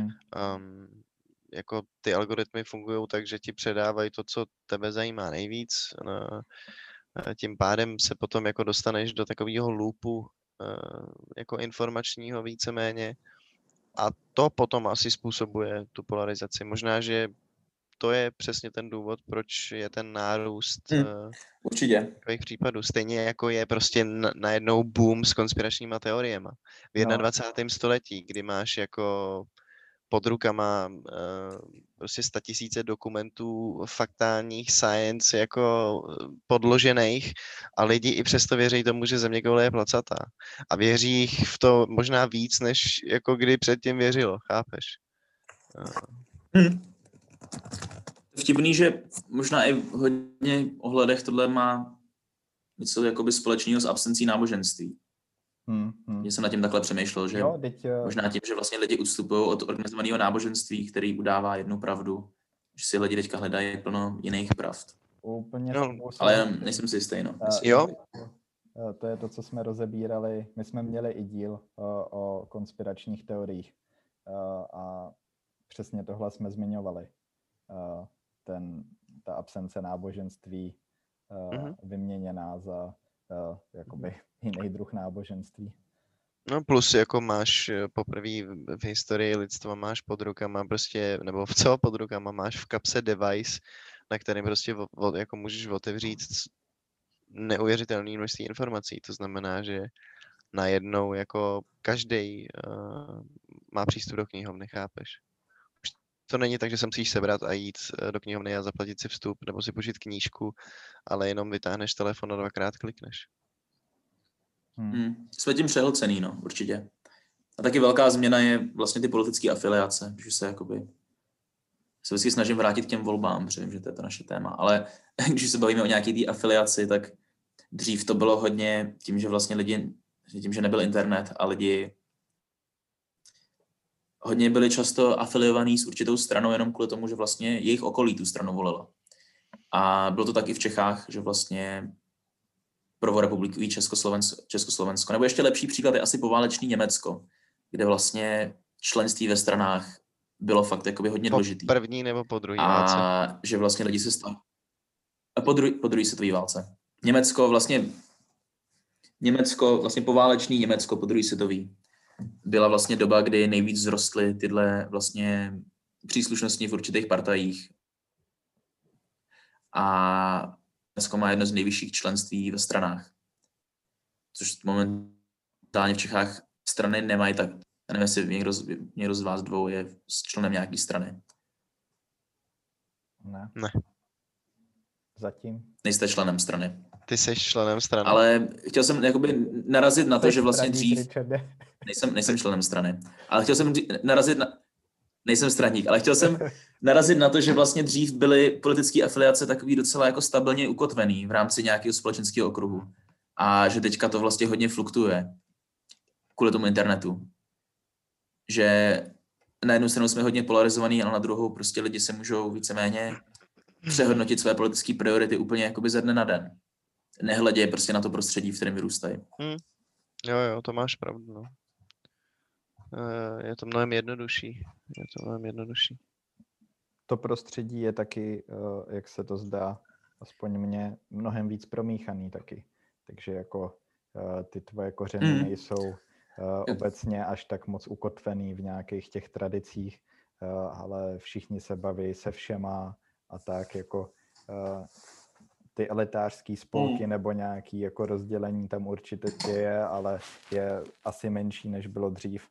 Jako ty algoritmy fungují tak, že ti předávají to, co tebe zajímá nejvíc. Tím pádem se potom jako dostaneš do takového loopu jako informačního víceméně. A to potom asi způsobuje tu polarizaci. Možná, že to je přesně ten důvod, proč je ten nárůst určitě takových případů. Stejně jako je prostě najednou boom s konspiračníma teoriema. V 21. století, kdy máš jako pod rukama prostě 100 000 dokumentů faktálních science jako podložených a lidi i přesto věří tomu, že zeměkoule je placatá. A věří jich v to možná víc, než jako kdy předtím věřilo, chápeš? Vtipný, že možná i v hodně ohledech tohle má něco jakoby společného s absencí náboženství. Já jsem nad tím takhle přemýšlel, že možná tím, že vlastně lidi odstupují od organizovaného náboženství, který udává jednu pravdu, že si lidi teďka hledají plno jiných pravd. Úplně ale nejsem si jistý, no. Jo? To je to, co jsme rozebírali. My jsme měli i díl o konspiračních teoriích a přesně tohle jsme zmiňovali. Ta absence náboženství vyměněná za jakoby jiný druh náboženství. No plus jako máš poprvé v historii lidstva máš pod rukama prostě, nebo pod rukama máš v kapse device, na kterém prostě jako můžeš otevřít neuvěřitelné množství informací. To znamená, že najednou jako každý má přístup do knihovny, chápeš? To není tak, že se musíš sebrat a jít do knihovny a zaplatit si vstup nebo si požít knížku, ale jenom vytáhneš telefon a dvakrát klikneš. Jsme tím přehlcený, no, určitě. A taky velká změna je vlastně ty politické afiliace, že se vždycky snažím vrátit k těm volbám, protože vím, že to je to naše téma, ale když se bavíme o nějaké té afiliaci, tak dřív to bylo hodně tím, že vlastně tím, že nebyl internet a lidi hodně byli často afiliovaní s určitou stranou jenom kvůli tomu, že vlastně jejich okolí tu stranu volilo. A bylo to tak i v Čechách, že vlastně prvorepublikový Československo. Nebo ještě lepší příklad je asi poválečný Německo, kde vlastně členství ve stranách bylo fakt jakoby hodně důležitý. Po první nebo po druhé válce? A že vlastně lidi se stali. A po druhé světové válce. Vlastně poválečný Německo po druhé světové byla vlastně doba, kdy nejvíc vzrostly tyhle vlastně příslušnosti v určitých partajích. A Slovensko má jedno z nejvyšších členství ve stranách. Což momentálně v Čechách strany nemají tak. Já nevím, jestli někdo z vás dvou je členem nějaký strany. Ne. Zatím. Nejste členem strany. Ty jsi členem strany. Ale chtěl jsem jakoby narazit na to, Jsi že vlastně straník, dřív... Richarde. Nejsem členem strany. Ale chtěl jsem narazit na... Nejsem straník, ale chtěl jsem narazit na to, že vlastně dřív byly politické afiliace takový docela jako stabilně ukotvený v rámci nějakého společenského okruhu. A že teďka to vlastně hodně fluktuje kvůli tomu internetu. Že na jednu stranu jsme hodně polarizovaný, ale na druhou prostě lidi se můžou víceméně přehodnotit své politické priority úplně jakoby ze dne na den. Nehledě prostě na to prostředí, v kterém vyrůstají. Jo, to máš pravdu, no. Je to mnohem jednodušší. To prostředí je taky, jak se to zdá, aspoň mně, mnohem víc promíchaný taky. Takže jako ty tvoje kořeny nejsou obecně až tak moc ukotvený v nějakých těch tradicích, ale všichni se baví se všema a tak jako ty elitářský spolky nebo nějaký jako rozdělení tam určitě je, ale je asi menší, než bylo dřív.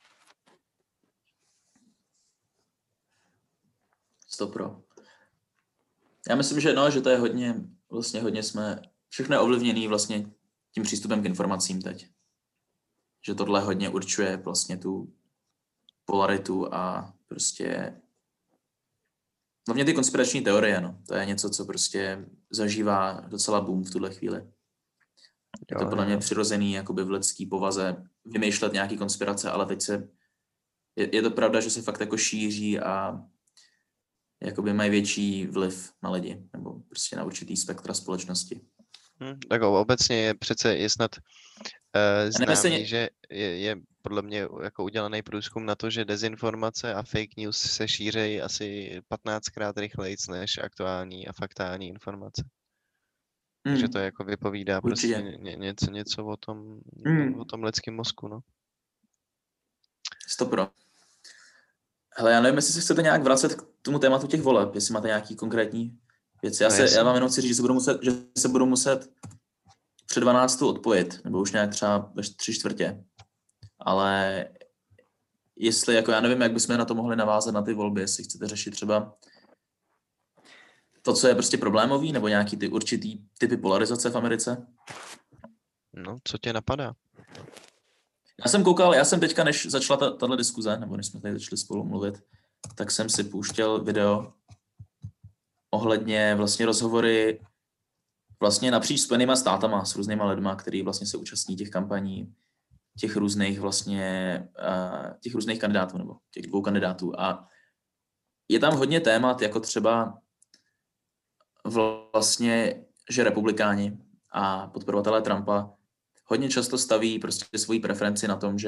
100%. Já myslím, že že to je hodně jsme, všechno je ovlivněný vlastně tím přístupem k informacím teď. Že tohle hodně určuje vlastně tu polaritu a prostě hlavně ty konspirační teorie, no. To je něco, co prostě zažívá docela boom v tuhle chvíli. Je to podle mě přirozený jakoby v lidský povaze vymýšlet nějaký konspirace, ale teď je to pravda, že se fakt jako šíří a jakoby mají větší vliv na lidi, nebo prostě na určitý spektra společnosti. Tak obecně je snad známý, že je podle mě jako udělaný průzkum na to, že dezinformace a fake news se šířejí asi 15krát rychleji než aktuální a faktální informace. Takže to jako vypovídá prostě něco o tom lidském mozku, no. 100%. Hele, já nevím, jestli se chcete nějak vracet k tomu tématu těch voleb, jestli máte nějaký konkrétní věci. Já vám jenom chci říct, že se budu muset před 12 odpojit, nebo už nějak třeba ve 3/4. Ale jestli, jako já nevím, jak bychom na to mohli navázat na ty volby, jestli chcete řešit třeba to, co je prostě problémový, nebo nějaký ty určitý typy polarizace v Americe. No, co tě napadá? Já jsem teďka, než začala tato diskuze, nebo než jsme tady začali spolu mluvit, tak jsem si pouštěl video ohledně vlastně rozhovory vlastně napříč Spojenýma státama s různýma lidma, který vlastně se účastní těch kampaní, těch různých kandidátů, nebo těch 2 kandidátů. A je tam hodně témat, jako třeba vlastně, že republikáni a podporovatelé Trumpa hodně často staví prostě svoji preferenci na tom,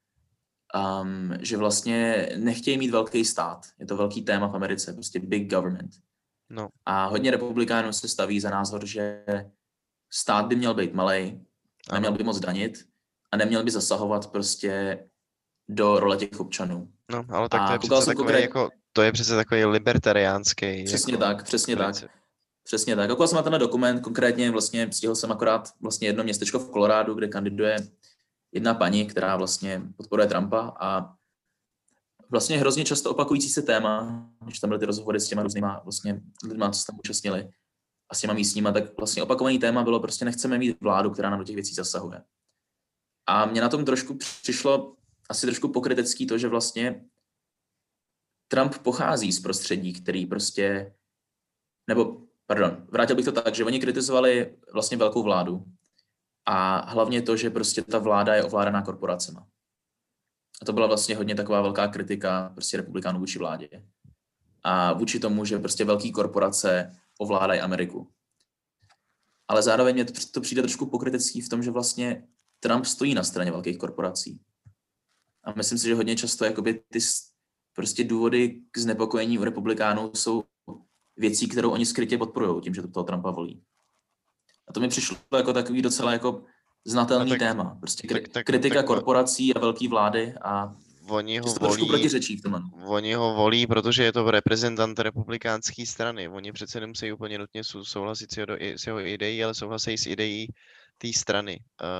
že vlastně nechtějí mít velký stát. Je to velký téma v Americe, prostě big government. No. A hodně republikánů se staví za názor, že stát by měl být malej, neměl by moc danit a neměl by zasahovat prostě do role těch občanů. No, ale tak to je přece takový libertariánský. Přesně tak. Přesně tak. Koukal jsem na tenhle dokument, konkrétně vlastně stihl jsem akorát vlastně jedno městečko v Kolorádu, kde kandiduje jedna paní, která vlastně podporuje Trumpa a vlastně hrozně často opakující se téma, když tam byly ty rozhovory s těma různýma vlastně lidma, co se tam účastnili a s těma místníma, tak vlastně opakovaný téma bylo prostě nechceme mít vládu, která nám do těch věcí zasahuje. A mě na tom trošku přišlo asi trošku pokrytecký to, že vlastně Trump pochází z prostředí, který prostě, vrátil bych to tak, že oni kritizovali vlastně velkou vládu a hlavně to, že prostě ta vláda je ovládaná korporacema. A to byla vlastně hodně taková velká kritika prostě republikánů vůči vládě. A vůči tomu, že prostě velké korporace ovládají Ameriku. Ale zároveň mě to přijde trošku pokrytecký v tom, že vlastně Trump stojí na straně velkých korporací. A myslím si, že hodně často jakoby ty prostě důvody k znepokojení u republikánů jsou věcí, kterou oni skrytě podporují tím, že toho Trumpa volí. A to mi přišlo jako takový docela jako znatelný téma. Prostě kritika korporací a velké vlády a oni Že ho to trošku volí, protiřečí v tomhle. oni ho volí, protože je to reprezentant republikánské strany. Oni přece nemusí úplně nutně souhlasit s jeho ideí, ale souhlasí s ideí té strany.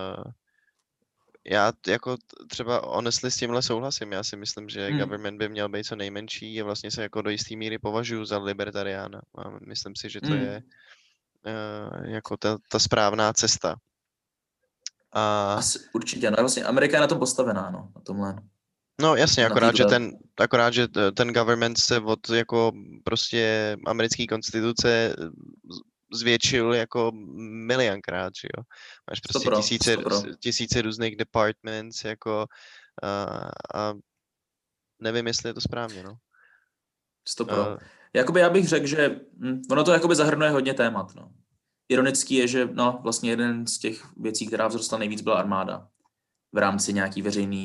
Já jako třeba honestly s tímhle souhlasím. Já si myslím, že government by měl být co nejmenší a vlastně se jako do jisté míry považuji za libertariána. A myslím si, že to je jako ta správná cesta. A Asi, určitě, no vlastně Amerika je na tom postavená, no, na tomhle. no jasně, Na akorát, že ten government se od jako prostě americké konstituce zvětšil jako milionkrát, že jo. Máš prostě tisíce různých departments, jako a nevím, jestli je to správně, no. 100%. Jakoby já bych řekl, že ono to jakoby zahrnuje hodně témat, no. Ironický je, že no, vlastně jeden z těch věcí, která vzrostla nejvíc, byla armáda v rámci nějaký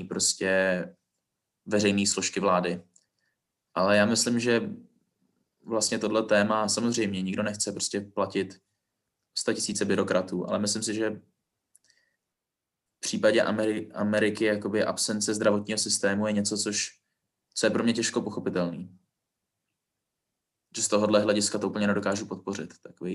veřejný složky vlády. Ale já myslím, že vlastně tohle téma, samozřejmě nikdo nechce prostě platit 100 000 byrokratů, ale myslím si, že v případě Ameriky jakoby absence zdravotního systému je něco, co je pro mě těžko pochopitelný. Že z tohohle hlediska to úplně nedokážu podpořit.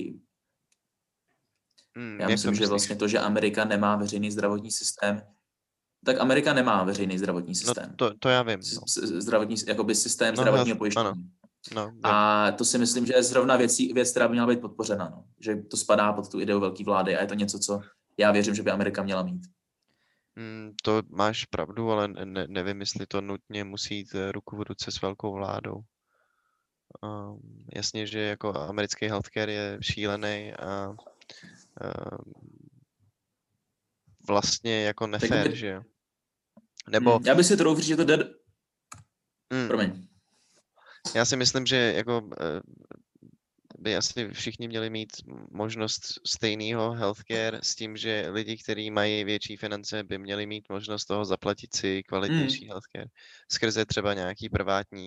Já myslím, že vlastně to, že Amerika nemá veřejný zdravotní systém, tak Amerika nemá veřejný zdravotní systém. No, to já vím. Jakoby systém zdravotního pojištění. No, a to si myslím, že je zrovna věc, která by měla být podpořena. No. Že to spadá pod tu ideu velké vlády a je to něco, co já věřím, že by Amerika měla mít. To máš pravdu, ale nevím, jestli to nutně musí jít ruku v ruce s velkou vládou. Jasně, že jako americký healthcare je šílený a vlastně jako nefér, že jo. Nebo... Já bych si to doufal, že to jde... Promiň. Já si myslím, že jako by asi všichni měli mít možnost stejného healthcare s tím, že lidi, kteří mají větší finance, by měli mít možnost toho zaplatit si kvalitnější healthcare skrze třeba nějaký privátní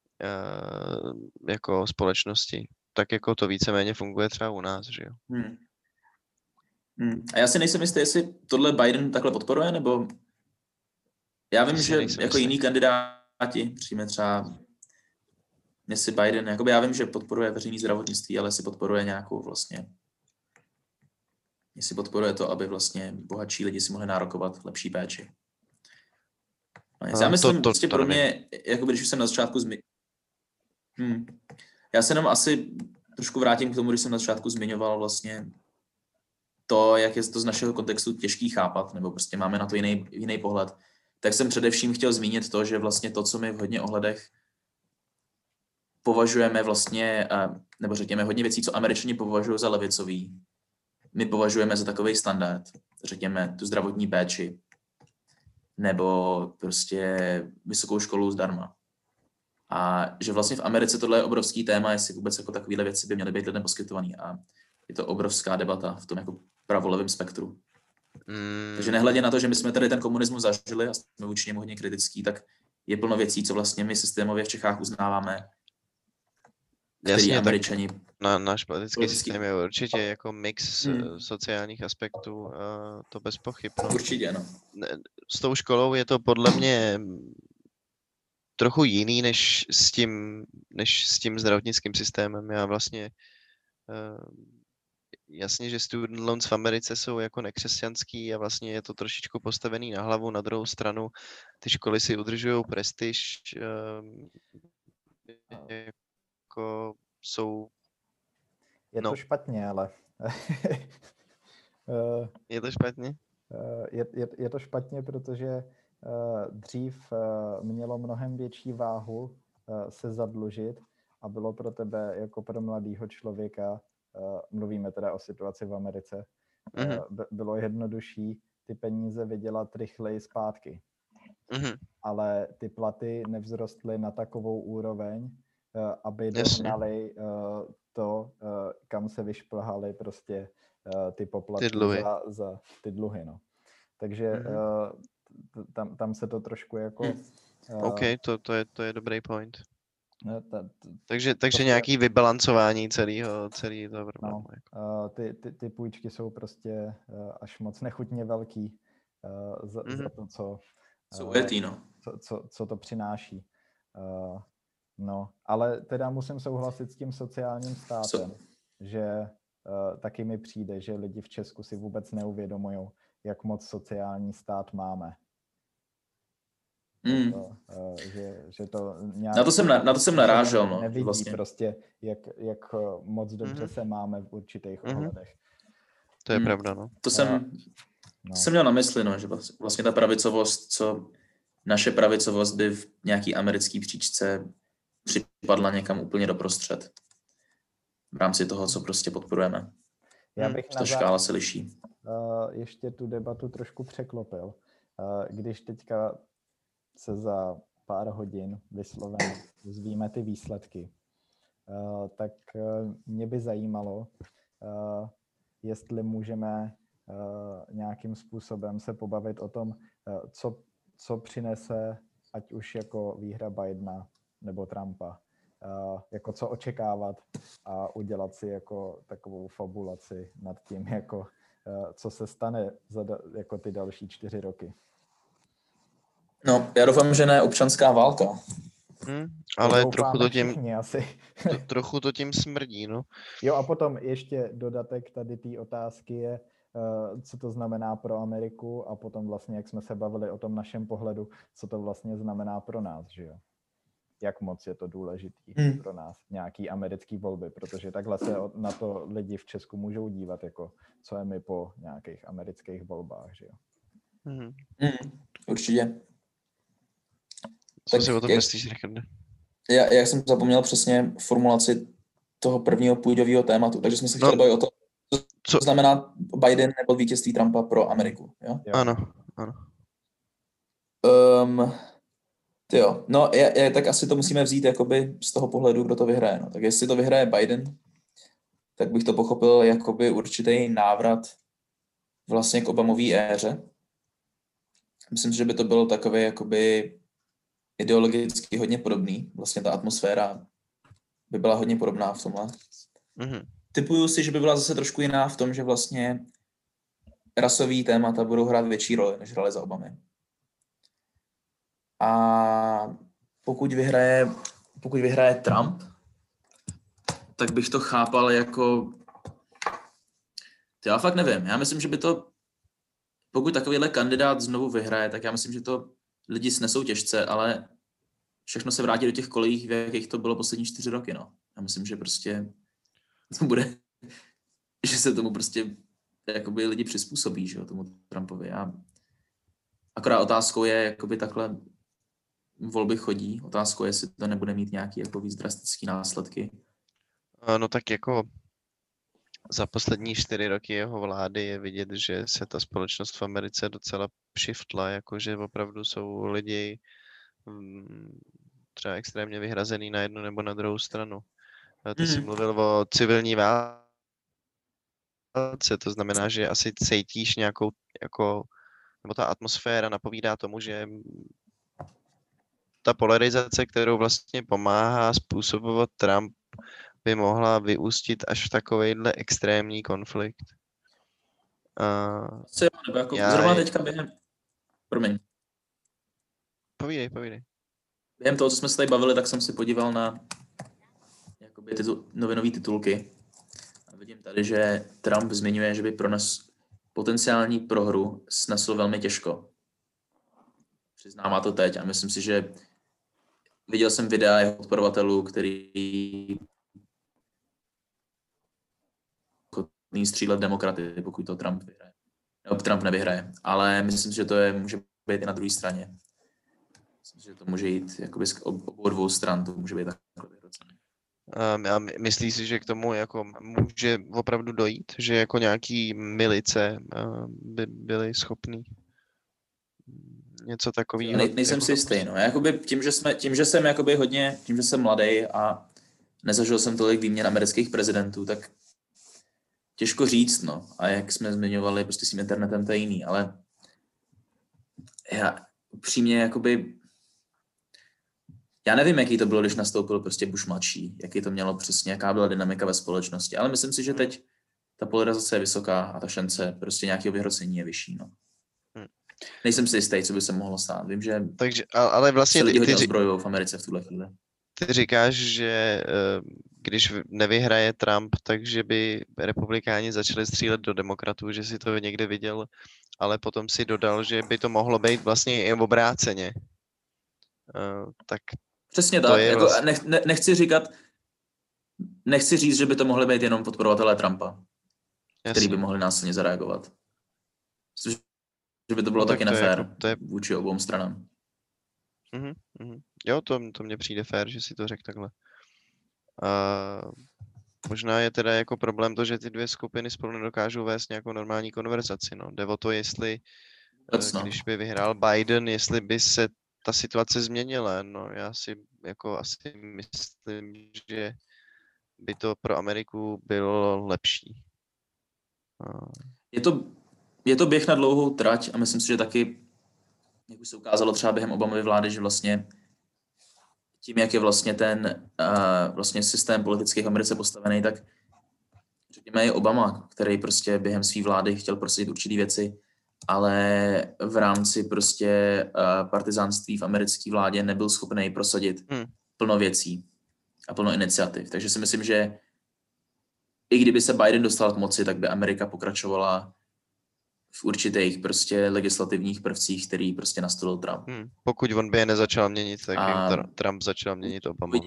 jako společnosti. Tak jako to víceméně funguje třeba u nás, že jo. A já si nejsem jistý, jestli tohle Biden takhle podporuje, nebo já vím, že jako jiní kandidáti, přijme třeba jestli Biden, jakoby já vím, že podporuje veřejné zdravotnictví, ale jestli podporuje nějakou vlastně, jestli podporuje to, aby vlastně bohatší lidi si mohli nárokovat lepší péči. Já myslím, prostě pro mě, jakoby když už jsem na začátku já se jenom asi trošku vrátím k tomu, když jsem na začátku zmiňoval vlastně to, jak je to z našeho kontextu těžký chápat, nebo prostě máme na to jiný pohled, tak jsem především chtěl zmínit to, že vlastně to, co my v hodně ohledech považujeme vlastně, nebo řekněme hodně věcí, co Američani považují za levicový, my považujeme za takový standard, řekněme tu zdravotní péči, nebo prostě vysokou školu zdarma. A že vlastně v Americe tohle je obrovský téma, jestli vůbec jako takovéhle věci by měly být lidem poskytovaný. A je to obrovská debata v tom jako pravolevém spektru. Takže nehledě na to, že my jsme tady ten komunismus zažili a jsme vůči němu hodně kritický, tak je plno věcí, co vlastně my systémově v Čechách uznáváme, který Američani... Náš politický systém je určitě jako mix sociálních aspektů, to bez pochyb. No. Určitě, no. S tou školou je to podle mě trochu jiný než s tím zdravotnickým systémem. Já vlastně jasně, že student loans v Americe jsou jako nekřesťanský a vlastně je to trošičku postavený na hlavu. Na druhou stranu ty školy si udržují prestiž, jako jsou... Je to špatně, ale... Je to špatně? Je to špatně, protože dřív mělo mnohem větší váhu se zadlužit a bylo pro tebe jako pro mladého člověka, mluvíme teda o situaci v Americe, bylo jednodušší ty peníze vydělat rychleji zpátky. Ale ty platy nevzrostly na takovou úroveň, aby dohnali to, kam se vyšplhaly prostě ty poplatky za ty dluhy. No. Takže tam se to trošku jako... OK, to je dobrý point. Takže nějaký vybalancování celého problému. No, ty půjčky jsou prostě až moc nechutně velký za to, Jsou ujetý, no. Co to přináší. No, ale teda musím souhlasit s tím sociálním státem, že taky mi přijde, že lidi v Česku si vůbec neuvědomují, jak moc sociální stát máme. Že to nějak na to jsem narážel, no. Nevidí vlastně. prostě, jak moc dobře se máme v určitých ohledech. To je pravda, no. To jsem měl na mysli, no, že vlastně ta pravicovost, naše pravicovost by v nějaký americký příčce připadla někam úplně doprostřed. V rámci toho, co prostě podporujeme. Já bych ta škála se liší. Ještě tu debatu trošku překlopil. Když teďka se za pár hodin vysloveně dozvíme ty výsledky, tak mě by zajímalo, jestli můžeme nějakým způsobem se pobavit o tom, co přinese ať už jako výhra Bidena nebo Trumpa, jako co očekávat a udělat si jako takovou fabulaci nad tím, jako co se stane za jako ty další 4 roky. No, já doufám, že ne občanská válka. Ale trochu to tím asi. smrdí, no. Jo, a potom ještě dodatek tady té otázky je, co to znamená pro Ameriku a potom vlastně, jak jsme se bavili o tom našem pohledu, co to vlastně znamená pro nás, že jo? Jak moc je to důležitý pro nás, nějaký americký volby, protože takhle se na to lidi v Česku můžou dívat, jako co je mi po nějakých amerických volbách, že jo? Určitě. Co si o tom myslíš, Richarde? Já jsem zapomněl přesně formulaci toho prvního půjdového tématu, takže jsme se chtěli bavit o tom, co znamená Biden nebo vítězství Trumpa pro Ameriku, jo? Ano. No, tak asi to musíme vzít jakoby z toho pohledu, kdo to vyhraje. No. Tak jestli to vyhraje Biden, tak bych to pochopil jakoby určitý návrat vlastně k Obamové éře. Myslím si, že by to bylo takové jakoby ideologicky hodně podobný. Vlastně ta atmosféra by byla hodně podobná v tomhle. Tipuju si, že by byla zase trošku jiná v tom, že vlastně rasový témata budou hrát větší roli, než hrály za Obamy. A pokud vyhraje Trump, tak bych to chápal jako... Já fakt nevím. Já myslím, že by to... Pokud takovýhle kandidát znovu vyhraje, tak já myslím, že to lidi snesou těžce, ale všechno se vrátí do těch kolejí, v jakých to bylo poslední 4 roky, no. Já myslím, že prostě to bude... že se tomu prostě jakoby lidi přizpůsobí, že jo, tomu Trumpovi. A akorát otázkou je, jakoby takhle volby chodí. Otázkou je, jestli to nebude mít nějaký jako víc drastický následky. No tak jako za poslední 4 roky jeho vlády je vidět, že se ta společnost v Americe docela přiftla, jakože opravdu jsou lidi třeba extrémně vyhrazený na jednu nebo na druhou stranu. Ty jsi mluvil o civilní válce, to znamená, že asi cítíš nějakou, jako, nebo ta atmosféra napovídá tomu, že ta polarizace, kterou vlastně pomáhá způsobovat Trump, by mohla vyústit až v takovejhle extrémní konflikt. Zrovna teďka Promiň. Povídej. Během toho, co jsme se tady bavili, tak jsem si podíval na jakoby novinové titulky. A vidím tady, že Trump zmiňuje, že by pro nás potenciální prohru snesl velmi těžko. Přiznává to teď a myslím si, že viděl jsem videa jeho podporovatelů, který ochotný střílet demokraty, pokud to Trump vyhraje. Nebo Trump nevyhraje. Ale myslím si, že to může být i na druhé straně. Myslím, že to může jít jakoby z obou dvou stran, to může být takhle vyhrocené. A myslíš si, že k tomu jako může opravdu dojít? Že jako nějaký milice by byly schopný něco takového? Nejsem si jistý, no. Jakoby tím, že jsem mladý a nezažil jsem tolik výměn amerických prezidentů, tak těžko říct, no. A jak jsme zmiňovali, prostě s tím internetem to je jiný, ale já upřímně jakoby já nevím, jaký to bylo, když nastoupil prostě Bush mladší, jaký to mělo přesně, jaká byla dynamika ve společnosti, ale myslím si, že teď ta polarizace je vysoká a ta šance prostě nějakého vyhrocení je vyšší, no. Nejsem si jistý, co by se mohlo stát. Vím, že Takže, ale vlastně se lidi hodně ty ozbrojují v Americe v tuhle chvíli. říkáš, že když nevyhraje Trump, takže by republikáni začali střílet do demokratů, že si to někde viděl, ale potom si dodal, že by to mohlo být vlastně i obráceně. Tak Přesně to tak. je Jako, vlastně... nechci říct, že by to mohli být jenom podporovatelé Trumpa, který Jasně. by mohli násilně zareagovat. Myslím, že by to bylo No tak taky to je nefér jako- to je- vůči obou stranám. Jo, to mně přijde fér, že si to řekl takhle. Možná je teda jako problém to, že ty dvě skupiny spolu nedokážou vést nějakou normální konverzaci. No. Jde o to, jestli když by vyhrál Biden, jestli by se ta situace změnila. No, já si jako asi myslím, že by to pro Ameriku bylo lepší. Je to běh na dlouhou trať a myslím si, že taky, jak už se ukázalo třeba během Obamovy vlády, že vlastně tím, jak je vlastně ten vlastně systém politický v Americe postavený, tak řekněme i Obama, který prostě během své vlády chtěl prosadit určitý věci, ale v rámci prostě partizánství v americké vládě nebyl schopný prosadit plno věcí a plno iniciativ. Takže si myslím, že i kdyby se Biden dostal k moci, tak by Amerika pokračovala v určitých prostě legislativních prvcích, který prostě nastolil Trump. Pokud on by je nezačal měnit, tak Trump začal měnit Obama.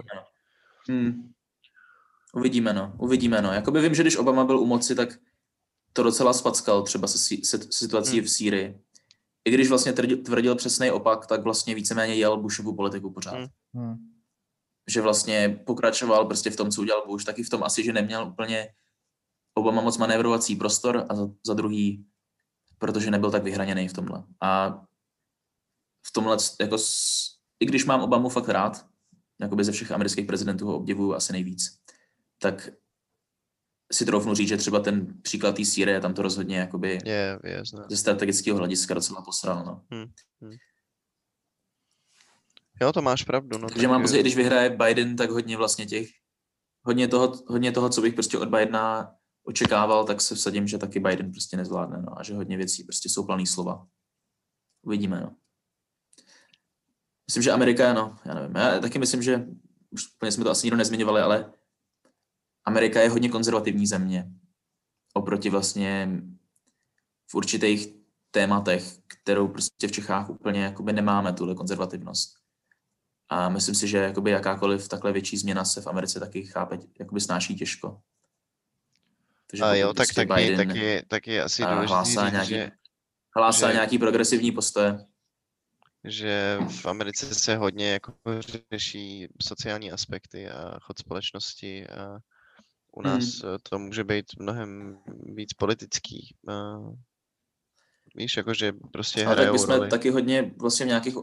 Uvidíme, no. Jakoby vím, že když Obama byl u moci, tak to docela spackal třeba se situací v Sýrii. I když vlastně tvrdil přesný opak, tak vlastně víceméně jel Bushovu politiku pořád. Že vlastně pokračoval prostě v tom, co udělal Bush, taky v tom asi, že neměl úplně Obama moc manévrovací prostor a za druhý, protože nebyl tak vyhraněný v tomhle. A v tomhle, jako i když mám Obamu fakt rád, jakoby ze všech amerických prezidentů ho obdivuju asi nejvíc, tak si troufnu říct, že třeba ten příklad té Sýrie, tam to rozhodně jakoby ze strategického hlediska docela posral. No. Jo, to máš pravdu. No, takže mám pocit, když vyhraje Biden, tak hodně toho, co bych prostě od Bidena očekával, tak se vsadím, že taky Biden prostě nezvládne, no, a že hodně věcí prostě jsou planý slova. Uvidíme, no. Myslím, že Amerika, no, já nevím, já taky myslím, že už úplně jsme to asi nikdo nezmiňovali, ale Amerika je hodně konzervativní země oproti vlastně v určitých tématech, kterou prostě v Čechách úplně jakoby nemáme, tuhle konzervativnost. A myslím si, že jakoby jakákoliv takhle větší změna se v Americe taky chápe, jakoby snáší těžko. Takže a jo, tak taky asi důležitý říct, hlásá nějaký progresivní postoje. Že v Americe se hodně jako řeší sociální aspekty a chod společnosti a u nás to může být mnohem víc politický. Víš, jakože prostě hrajou tak bychom roli. Taky hodně vlastně v nějakých...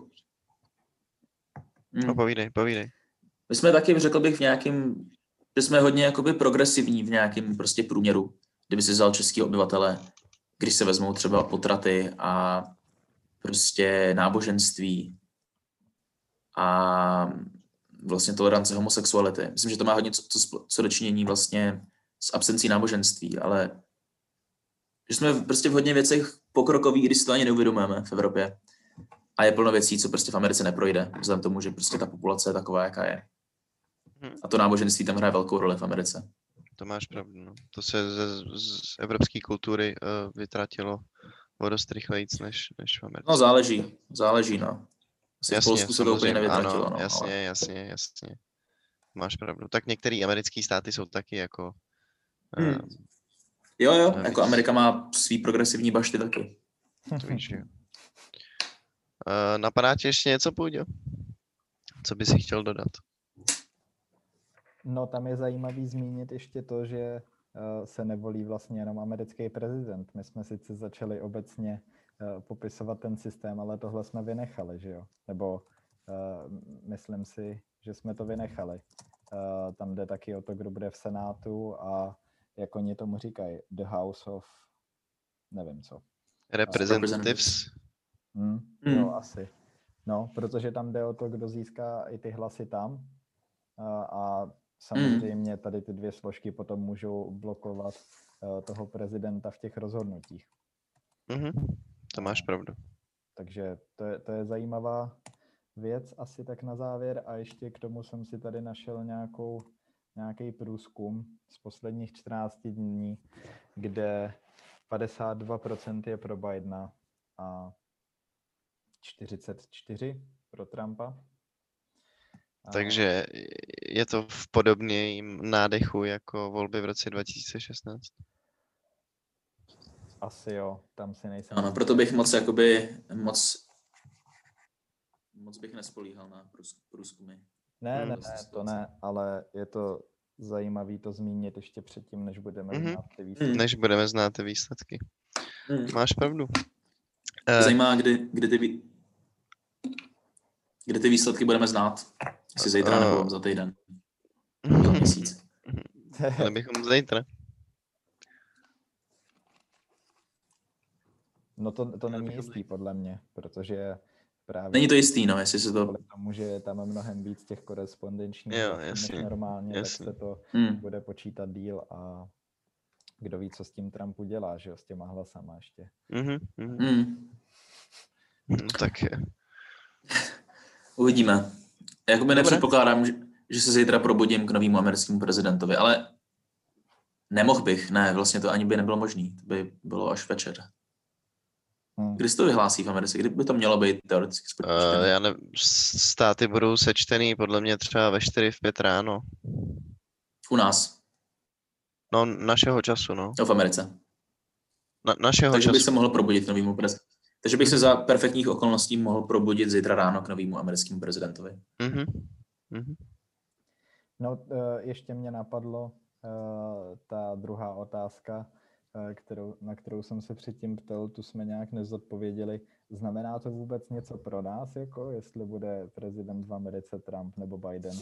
No, povídej. My jsme taky, řekl bych, že jsme hodně jakoby progresivní v nějakém prostě průměru, kdyby si vzal český obyvatele, když se vezmou třeba potraty a prostě náboženství a vlastně tolerance homosexuality. Myslím, že to má hodně co dočinění vlastně s absencí náboženství, ale že jsme prostě v hodně věcech pokrokoví, když si to ani neuvědomujeme v Evropě. A je plno věcí, co prostě v Americe neprojde, vzhledem tomu, že prostě ta populace je taková, jaká je. A to náboženství tam hraje velkou roli v Americe. To máš pravdu, no. To se z evropské kultury vytratilo o dost rychlejc než v Americe. No záleží, no. Asi v Polsku se to úplně nevytratilo. Ano, no, jasně. Máš pravdu. Tak některé americké státy jsou taky jako... Jo, jako Amerika má svý progresivní bašty taky. To víš, jo. Napadá ti ještě něco, Půjďo? Co bys si chtěl dodat? No, tam je zajímavý zmínit ještě to, že se nevolí vlastně jenom americký prezident. My jsme sice začali obecně popisovat ten systém, ale tohle jsme vynechali, že jo? Nebo myslím si, že jsme to vynechali. Tam jde taky o to, kdo bude v Senátu a jak oni tomu říkají, the House of... nevím co. Representatives? Jo, asi. No, protože tam jde o to, kdo získá i ty hlasy tam a samozřejmě tady ty dvě složky potom můžou blokovat toho prezidenta v těch rozhodnutích. To máš pravdu. Takže to je zajímavá věc asi tak na závěr. A ještě k tomu jsem si tady našel nějaký průzkum z posledních 14 dní, kde 52% je pro Bidena a 44% pro Trumpa. Takže je to v podobném nádechu jako volby v roce 2016? Asi jo, tam si nejsem. Ano, proto bych moc bych nespolíhal na průzkumy. Ne, to ne, ale je to zajímavý to zmínit ještě předtím, než budeme znát ty výsledky. Než budeme znát ty výsledky. Máš pravdu. Mě zajímá, kdy ty výsledky budeme znát. Jestli zítra nebo za týden. Za měsíc. Ale bychom zítra. No to není jistý podle mě, protože právě... Není to jistý, no, jestli se to... Kvůli tomu, že je tam mnohem víc těch korespondenčních než normálně, tak se to bude počítat díl a kdo ví, co s tím Trump udělá, že jo, s těma hlasama ještě. No tak je. Uvidíme. Jakoby nepředpokládám, že se zítra probudím k novému americkému prezidentovi, ale nemohl bych, ne, vlastně to ani by nebylo možné, to by bylo až večer. Kdy se to vyhlásí v Americe? Kdy by to mělo být teoreticky spočítané? Já nevím, státy budou sečtený podle mě třeba ve 4, v 5 ráno. U nás? No, našeho času, no. No, v Americe. Našeho Takže času. bych se mohl probudit k novému prezidentovi. Takže bych se za perfektních okolností mohl probudit zítra ráno k novému americkému prezidentovi. No, ještě mě napadlo ta druhá otázka, na kterou jsem se předtím ptal, tu jsme nějak nezodpověděli. Znamená to vůbec něco pro nás, jako jestli bude prezident v Americe Trump nebo Biden?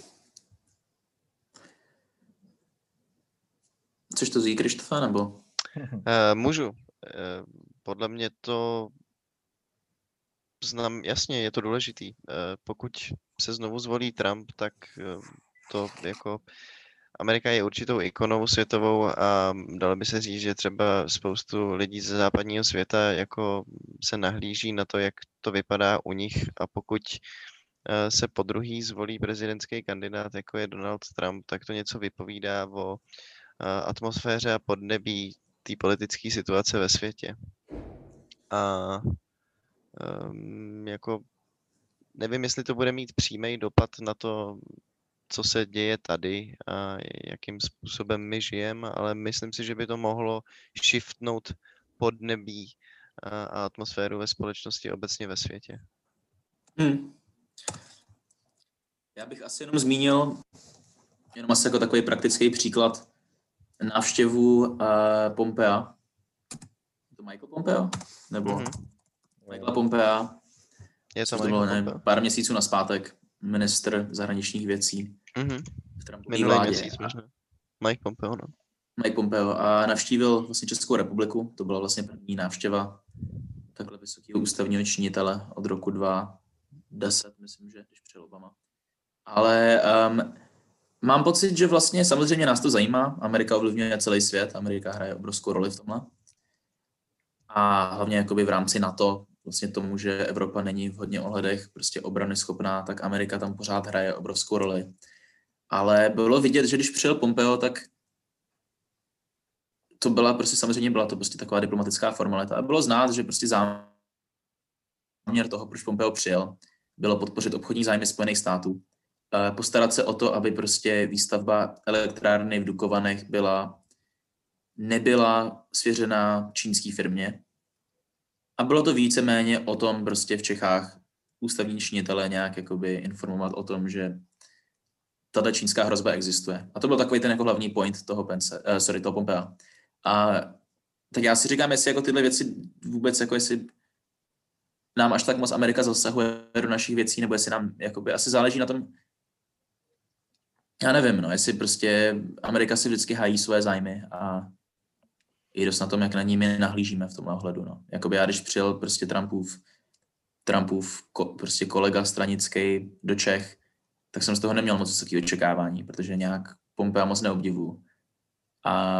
Chceš to vzít, Krištofe, nebo? Můžu. Podle mě to jasně, je to důležitý. Pokud se znovu zvolí Trump, tak to jako Amerika je určitou ikonou světovou a dalo by se říct, že třeba spoustu lidí ze západního světa jako se nahlíží na to, jak to vypadá u nich, a pokud se podruhý zvolí prezidentský kandidát, jako je Donald Trump, tak to něco vypovídá o atmosféře a podnebí té politické situace ve světě. A jako nevím, jestli to bude mít přímý dopad na to, co se děje tady a jakým způsobem my žijeme, ale myslím si, že by to mohlo shiftnout podnebí a atmosféru ve společnosti obecně ve světě. Já bych asi jenom zmínil, jenom asi jako takový praktický příklad, návštěvu Pompea. Je to Michael Pompeo? Nebo Michaela Pompea? Je to bylo pár měsíců nazpátek, ministr zahraničních věcí v Trumpově vládě. Měsíc možná. Mike Pompeo, no. Mike Pompeo a navštívil vlastně Českou republiku. To byla vlastně první návštěva takhle vysokého ústavního činitele od roku 2010, myslím, že když přijel Obama. Ale mám pocit, že vlastně samozřejmě nás to zajímá. Amerika ovlivňuje celý svět, Amerika hraje obrovskou roli v tomhle. A hlavně jakoby v rámci NATO, vlastně tomu, že Evropa není v hodně ohledech prostě obrany schopná, tak Amerika tam pořád hraje obrovskou roli. Ale bylo vidět, že když přijel Pompeo, tak to byla prostě samozřejmě byla to prostě taková diplomatická formalita. A bylo znát, že prostě záměr toho, proč Pompeo přijel, bylo podpořit obchodní zájmy Spojených států. Postarat se o to, aby prostě výstavba elektrárny v Dukovanech nebyla svěřena čínské firmě. A bylo to víceméně o tom prostě v Čechách ústavní činitelé nějak jakoby informovat o tom, že tato čínská hrozba existuje. A to byl takový ten jako hlavní point toho Pompea. A tak já si říkám, jestli jako tyhle věci vůbec, jako jestli nám až tak moc Amerika zasahuje do našich věcí, nebo jestli nám jakoby asi záleží na tom, já nevím, no, jestli prostě Amerika si vždycky hájí své zájmy a i dost na tom, jak na nimi nahlížíme v tomhle ohledu, no. Jakoby já, když přijel prostě Trumpův prostě kolega stranický do Čech, tak jsem z toho neměl moc vysoký očekávání, protože nějak Pompea moc neobdivuju. A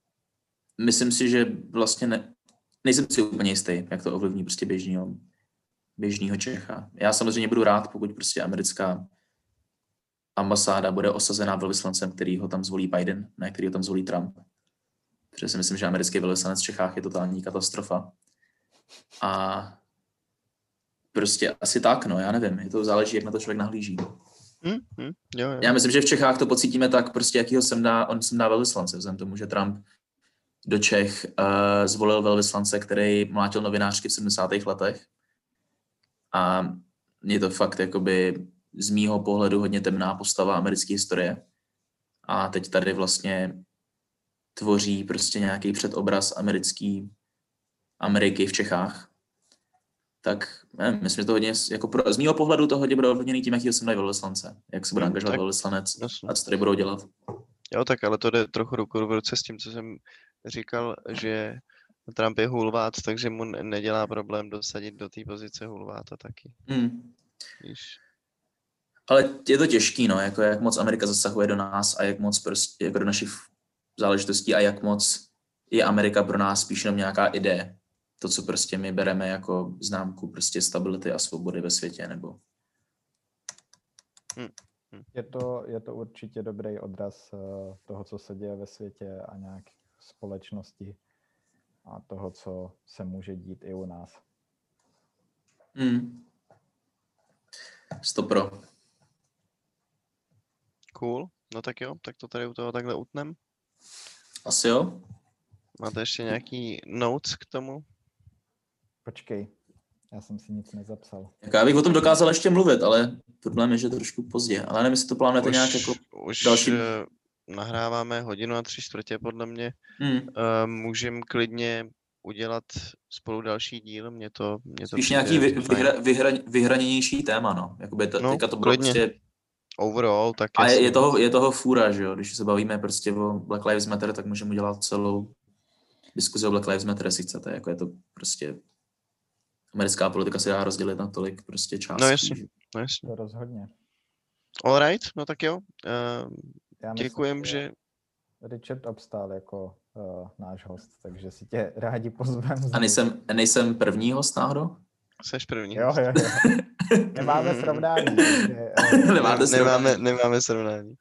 myslím si, že vlastně nejsem si úplně jistý, jak to ovlivní prostě běžného běžného Čecha. Já samozřejmě budu rád, pokud prostě americká ambasáda bude osazená velvyslancem, který ho tam zvolí Biden, ne který ho tam zvolí Trump. Protože si myslím, že americký velvyslanec v Čechách je totální katastrofa. A prostě asi tak, no, já nevím. Je to záleží, jak na to člověk nahlíží. Jo. Já myslím, že v Čechách to pocítíme tak, prostě jakýho on sem dá velvyslance, vzhledem tomu, že Trump do Čech zvolil velvyslance, který mlátil novinářky v 70. letech. A je to fakt jakoby z mýho pohledu hodně temná postava americké historie. A teď tady vlastně tvoří prostě nějaký předobraz Ameriky v Čechách. Tak nevím, myslím, že to hodně, jako z mýho pohledu to hodně bude ovlivněný tím, jakýho jsem dají velvyslanec. Jak se bude angažovat velvyslanec a co tady budou dělat. Jo, tak ale to jde trochu ruku v ruce s tím, co jsem říkal, že Trump je hulvát, takže mu nedělá problém dosadit do té pozice hulváta taky. Víš? Ale je to těžký, no, jako jak moc Amerika zasahuje do nás a jak moc prostě jako do našich záležitostí a jak moc je Amerika pro nás spíš jenom nějaká ideje. To, co prostě my bereme jako známku prostě stability a svobody ve světě, nebo... Je to určitě dobrý odraz toho, co se děje ve světě a nějak společnosti a toho, co se může dít i u nás. 100%. Cool, no tak jo, tak to tady u toho takhle utnem. Asi jo. Máte ještě nějaký notes k tomu? Počkej, já jsem si nic nezapsal. Jako já bych o tom dokázal ještě mluvit, ale problém je, že trošku pozdě. Ale nevím, jestli to plánujete nějak jako už další... nahráváme 1:03 podle mě. Můžem klidně udělat spolu další díl, mě to spíš nějaký vyhraněnější téma, no. Jakoby teďka to bylo klidně. prostě... Overall, tak a je toho fůra, že jo. Když se bavíme prostě o Black Lives Matter, tak můžeme udělat celou diskuzi o Black Lives Matter, jestli chcete. Jako je to prostě... Americká politika se dá rozdělit na tolik prostě částí. No jasně. To rozhodně. Alright, no tak jo. Děkujem, že... Richard obstál jako náš host, takže si tě rádi pozvem. A nejsem první host náhodou? Seš první jo. host. Nemáme srovnání. Nemáme srovnání.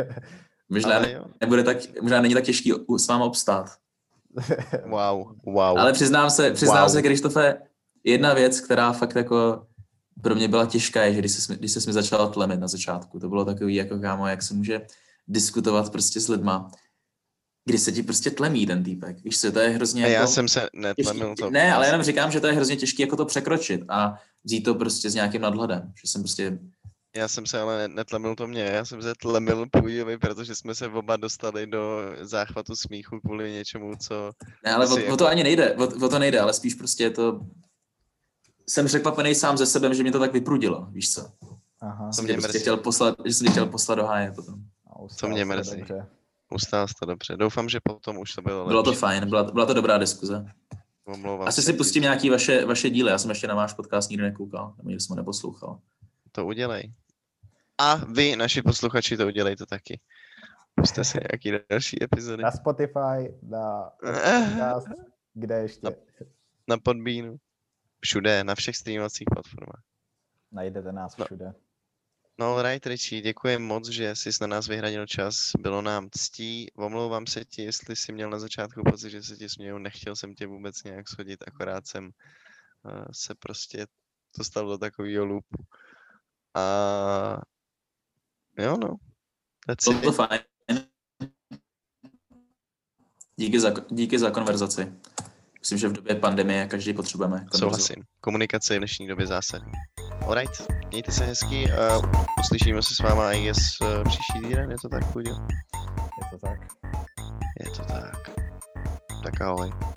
Možná není tak těžký s váma obstát. Wow. Ale přiznám se, Krištofe, jedna věc, která fakt jako pro mě byla těžká, je, že když se mi začala tlemit na začátku, to bylo takový jako kámo, jak se může diskutovat prostě s lidma, když se ti prostě tlemí ten týpek. Víš co, to je hrozně jako... Já jsem se netlemil to. Ne, ale jenom říkám, že to je hrozně těžké jako to překročit a vzít to prostě s nějakým nadhledem, že jsem prostě... Já jsem se ale netlemil to mě, já jsem se tlemil Půjovi, protože jsme se oba dostali do záchvatu smíchu kvůli něčemu, co... Ne, ale o to ani nejde, o to nejde, ale spíš prostě je to... Jsem překvapený sám ze sebe, že mě to tak vyprudilo, víš co? Aha. Co mě prostě chtěl poslat do háje potom. Co mě mrzí. Ustál jsi to dobře. Doufám, že potom už to bylo lepší. Bylo to fajn, byla to dobrá diskuze. Asi si pustím nějaký vaše díly, já jsem ještě na váš podcast nikdy nekoukal, nebo nikdy jsem ho neposlouchal. To udělej. A vy, naši posluchači, to udělejte taky. Puste si nějaký další epizody. Na Spotify, na podcast, kde ještě? Na Podbeanu. Všude, na všech streamovacích platformách. Najdete nás všude. No right, Richie, děkuji moc, že jsi na nás vyhradil čas. Bylo nám ctí. Omlouvám se ti, jestli jsi měl na začátku pocit, že se ti směju. Nechtěl jsem tě vůbec nějak shodit, akorát jsem se prostě dostal do takového loopu. A jo, no. Bylo to fajn. Díky za konverzaci. Myslím, že v době pandemie každý potřebujeme. Souhlasím. Komunikace je v dnešní době zásadní. Alright, mějte se hezky. Uslyšíme se s váma i příští týden, je to tak, Půjde? Je to tak. Je to tak. Tak ahoj.